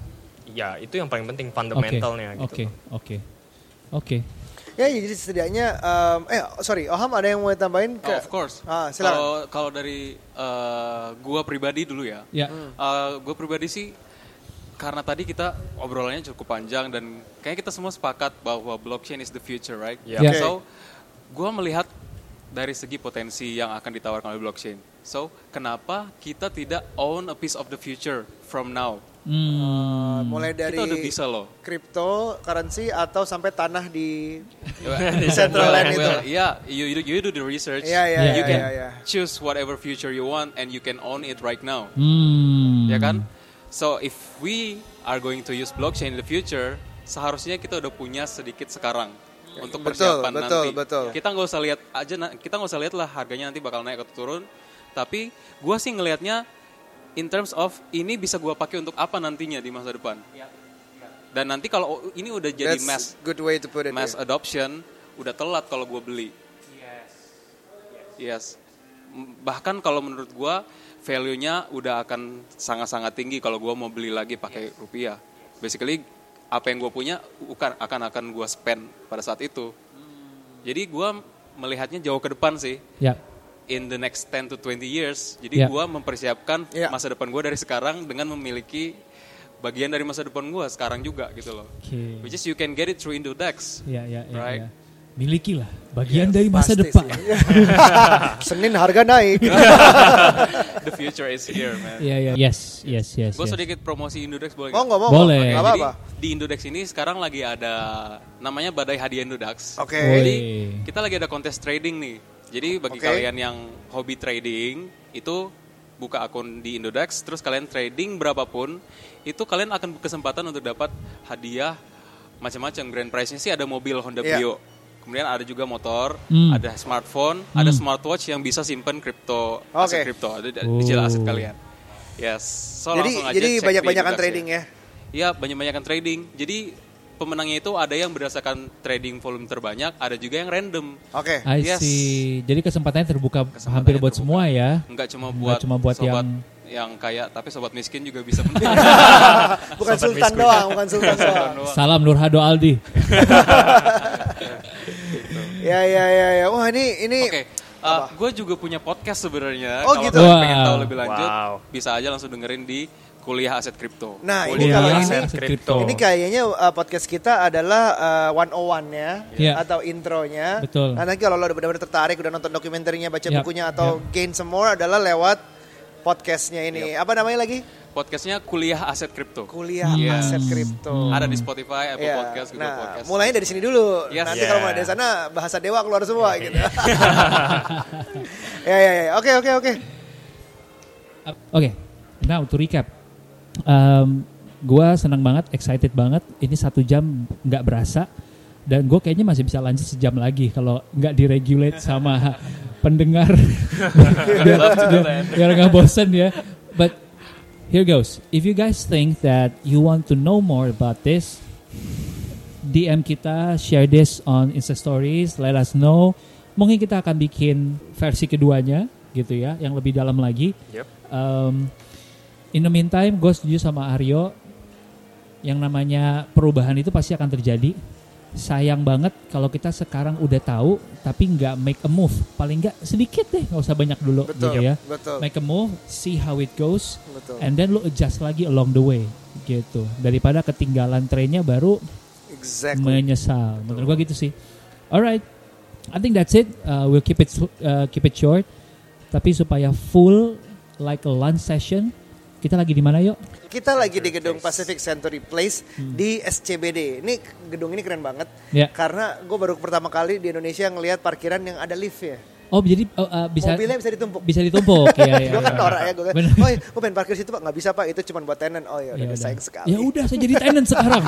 ya itu yang paling penting fundamentalnya Oke, gitu. oke, oke. Ya jadi setidaknya, um, eh sorry, Oham ada yang mau tambahin ke? Oh, of course. Ah, silakan. Kalau kalau dari uh, gua pribadi dulu ya. Ya, Uh, gue pribadi sih karena tadi kita obrolannya cukup panjang dan kayaknya kita semua sepakat bahwa blockchain is the future, right? Yeah. Yeah. So, gue melihat dari segi potensi yang akan ditawarkan oleh blockchain. So, kenapa kita tidak own a piece of the future from now? hmm, Uh, mulai dari Kita udah bisa loh. cryptocurrency atau sampai tanah di Well, Central Land itu. well, yeah, you, you you do the research. Iya, iya, you iya, can iya, iya. choose whatever future you want and you can own it right now. hmm. Ya kan? So if we are going to use blockchain in the future, seharusnya kita udah punya sedikit sekarang untuk Betul, persiapan betul, nanti. betul. Kita nggak usah lihat aja, na- kita nggak usah lihat lah harganya nanti bakal naik atau turun. Tapi gua sih ngelihatnya in terms of ini bisa gua pakai untuk apa nantinya di masa depan. Dan nanti kalau ini udah jadi That's mass good way to put it. mass ya. adoption, udah telat kalau gua beli. Yes. M- Bahkan kalau menurut gua value-nya udah akan sangat-sangat tinggi kalau gua mau beli lagi pakai rupiah. Basically apa yang gua punya bukan akan akan gua spend pada saat itu. Jadi gua melihatnya jauh ke depan sih. Ya, In the next ten to twenty years. Jadi Ya. gua mempersiapkan Ya. masa depan gua dari sekarang dengan memiliki bagian dari masa depan gua sekarang juga gitu loh. oke. Which is you can get it through Indodex. Ya, ya, ya, Right. ya. Milikilah bagian dari masa Pasti depan. sih. Senin harga naik. The future is here, man. Iya, iya. Yes, yes, yes. Gue yes. sedikit promosi Indodex boleh Oh nggak? nggak mau. Boleh. Nggak Jadi apa-apa. di Indodex ini sekarang lagi ada namanya Badai Hadiah Indodex. Oke. Jadi Woi. kita lagi ada kontes trading nih. Jadi bagi Oke. kalian yang hobi trading itu buka akun di Indodex, terus kalian trading berapapun, itu kalian akan kesempatan untuk dapat hadiah macam-macam. Grand prize-nya sih ada mobil Honda Iya. Brio. Kemudian ada juga motor, Hmm. ada smartphone, ada smartwatch yang bisa simpan kripto, aset Oke. kripto, ada digital aset Oh. kalian. Yes. So Jadi langsung aja jadi cek di banyak-banyakan Indodex trading ya. Iya, banyak-banyakan trading. Jadi pemenangnya itu ada yang berdasarkan trading volume terbanyak, ada juga yang random. Oke. I Yes. see. Jadi kesempatannya terbuka Kesempatannya hampir buat terbuka. semua ya. Enggak cuma Nggak buat, cuma buat sobat yang- yang kaya, tapi sobat miskin juga bisa menang. Bukan Sobat Sultan biskuit. doang, bukan Sultan doang. Salam Nurhado Aldi. Ya ya ya ya. Wah ini ini Oke, gue juga punya podcast sebenarnya. Oh, Kalau gitu? kalian pengen Wow. tahu lebih lanjut, Wow. bisa aja langsung dengerin di Kuliah Aset Kripto. Nah, ini Kuliah kalau Kuliah ini Aset Kripto. ini kayaknya uh, podcast kita adalah uh, one oh one-nya Iya. atau intronya. Betul. Nah, nanti kalau lo udah benar-benar tertarik udah nonton dokumenterinya, baca Yap, bukunya atau yap. gain some more adalah lewat podcastnya ini. Apa namanya lagi? Podcastnya Kuliah Aset Kripto. Kuliah Iya. Aset Kripto. Ada di Spotify, Apple Iya. Podcast, Google Nah, Podcast. mulainya dari sini dulu. Yes. Nanti Yeah. kalau mulai dari sana bahasa dewa keluar semua gitu. Ya ya ya. Oke oke oke. Oke, okay, now to recap. Um, gua senang banget, excited banget. Ini satu jam nggak berasa. Dan gue kayaknya masih bisa lanjut sejam lagi kalau nggak diregulate sama pendengar. biar, biar, biar nggak bosen ya. But here goes. If you guys think that you want to know more about this, D M kita, share this on Insta Stories, let us know. Mungkin kita akan bikin versi keduanya gitu ya, yang lebih dalam lagi. Yep. Um, in the meantime, gue setuju sama Aryo. Yang namanya perubahan itu pasti akan terjadi. Sayang banget kalau kita sekarang udah tahu tapi nggak make a move. Paling nggak sedikit deh, nggak usah banyak dulu Betul. gitu ya. Betul. Make a move, see how it goes, Betul. and then lo adjust lagi along the way gitu. Daripada ketinggalan trennya baru Exactly. menyesal. Menurut gua gitu sih. Alright, I think that's it. Uh, we'll keep it uh, keep it short. Tapi supaya full like a lunch session, kita lagi di mana yuk? Kita lagi di gedung Pacific Century Place di S C B D. Ini gedung ini keren banget. Ya. Karena gue baru pertama kali di Indonesia ngelihat parkiran yang ada lift ya. Oh jadi oh, uh, bisa Mobilnya bisa ditumpuk. bisa ditumpuk ya ya. Gue kan ya. norak ya, gue kan, Bener. oh iya, gue pengen parkir situ pak, nggak bisa pak, itu cuma buat tenant. Oh ya udah, Ya sayang udah. sekali. Ya udah saya jadi tenant sekarang.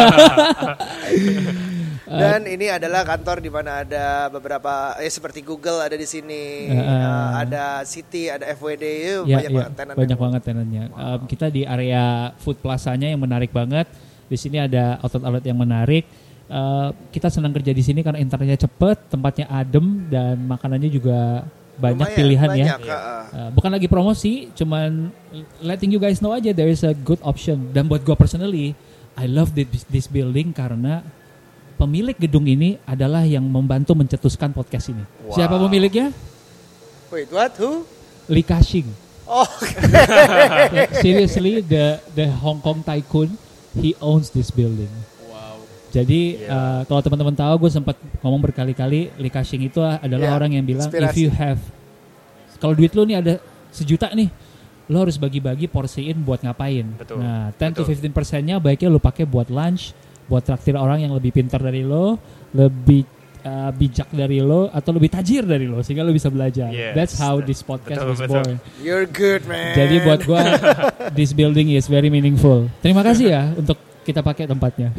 Dan ini adalah kantor di mana ada beberapa, eh seperti Google ada di sini, Uh, uh, ada City, ada F W D, yuk, Ya, banyak ya, banget tenant. banyak banget tenannya. Um, kita di area food plaza-nya yang menarik banget. Di sini ada outlet-outlet yang menarik. Uh, kita senang kerja di sini karena internetnya cepet, tempatnya adem dan makanannya juga banyak Lumayan, pilihan banyak, ya. uh, Uh, bukan lagi promosi, cuman letting you guys know aja there is a good option. Dan buat gue personally, I love this, this building karena pemilik gedung ini adalah yang membantu mencetuskan podcast ini. Wow. Siapa pemiliknya? Wait, what? Who? Li Ka-shing. Oh, Seriously, the the Hong Kong tycoon, he owns this building. Wow. Jadi Yeah. uh, kalau teman-teman tahu, gue sempat ngomong berkali-kali, Li Ka-shing itu adalah Yeah, orang yang bilang, if inspirasi. you have, kalau duit lu nih ada sejuta nih, lo harus bagi-bagi porsiin buat ngapain. Betul. Nah, ten to Betul. fifteen persennya baiknya lo pakai buat lunch, buat traktir orang yang lebih pintar dari lo, lebih uh, bijak dari lo, atau lebih tajir dari lo, sehingga lo bisa belajar. Yes. That's how this podcast Betul, was betul. born. you're good man. Jadi buat gua this building is very meaningful. Terima kasih ya untuk kita pakai tempatnya.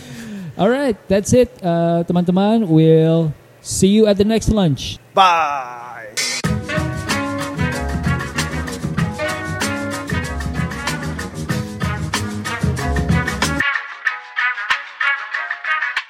Alright, that's it uh, teman-teman. We'll see you at the next lunch. Bye.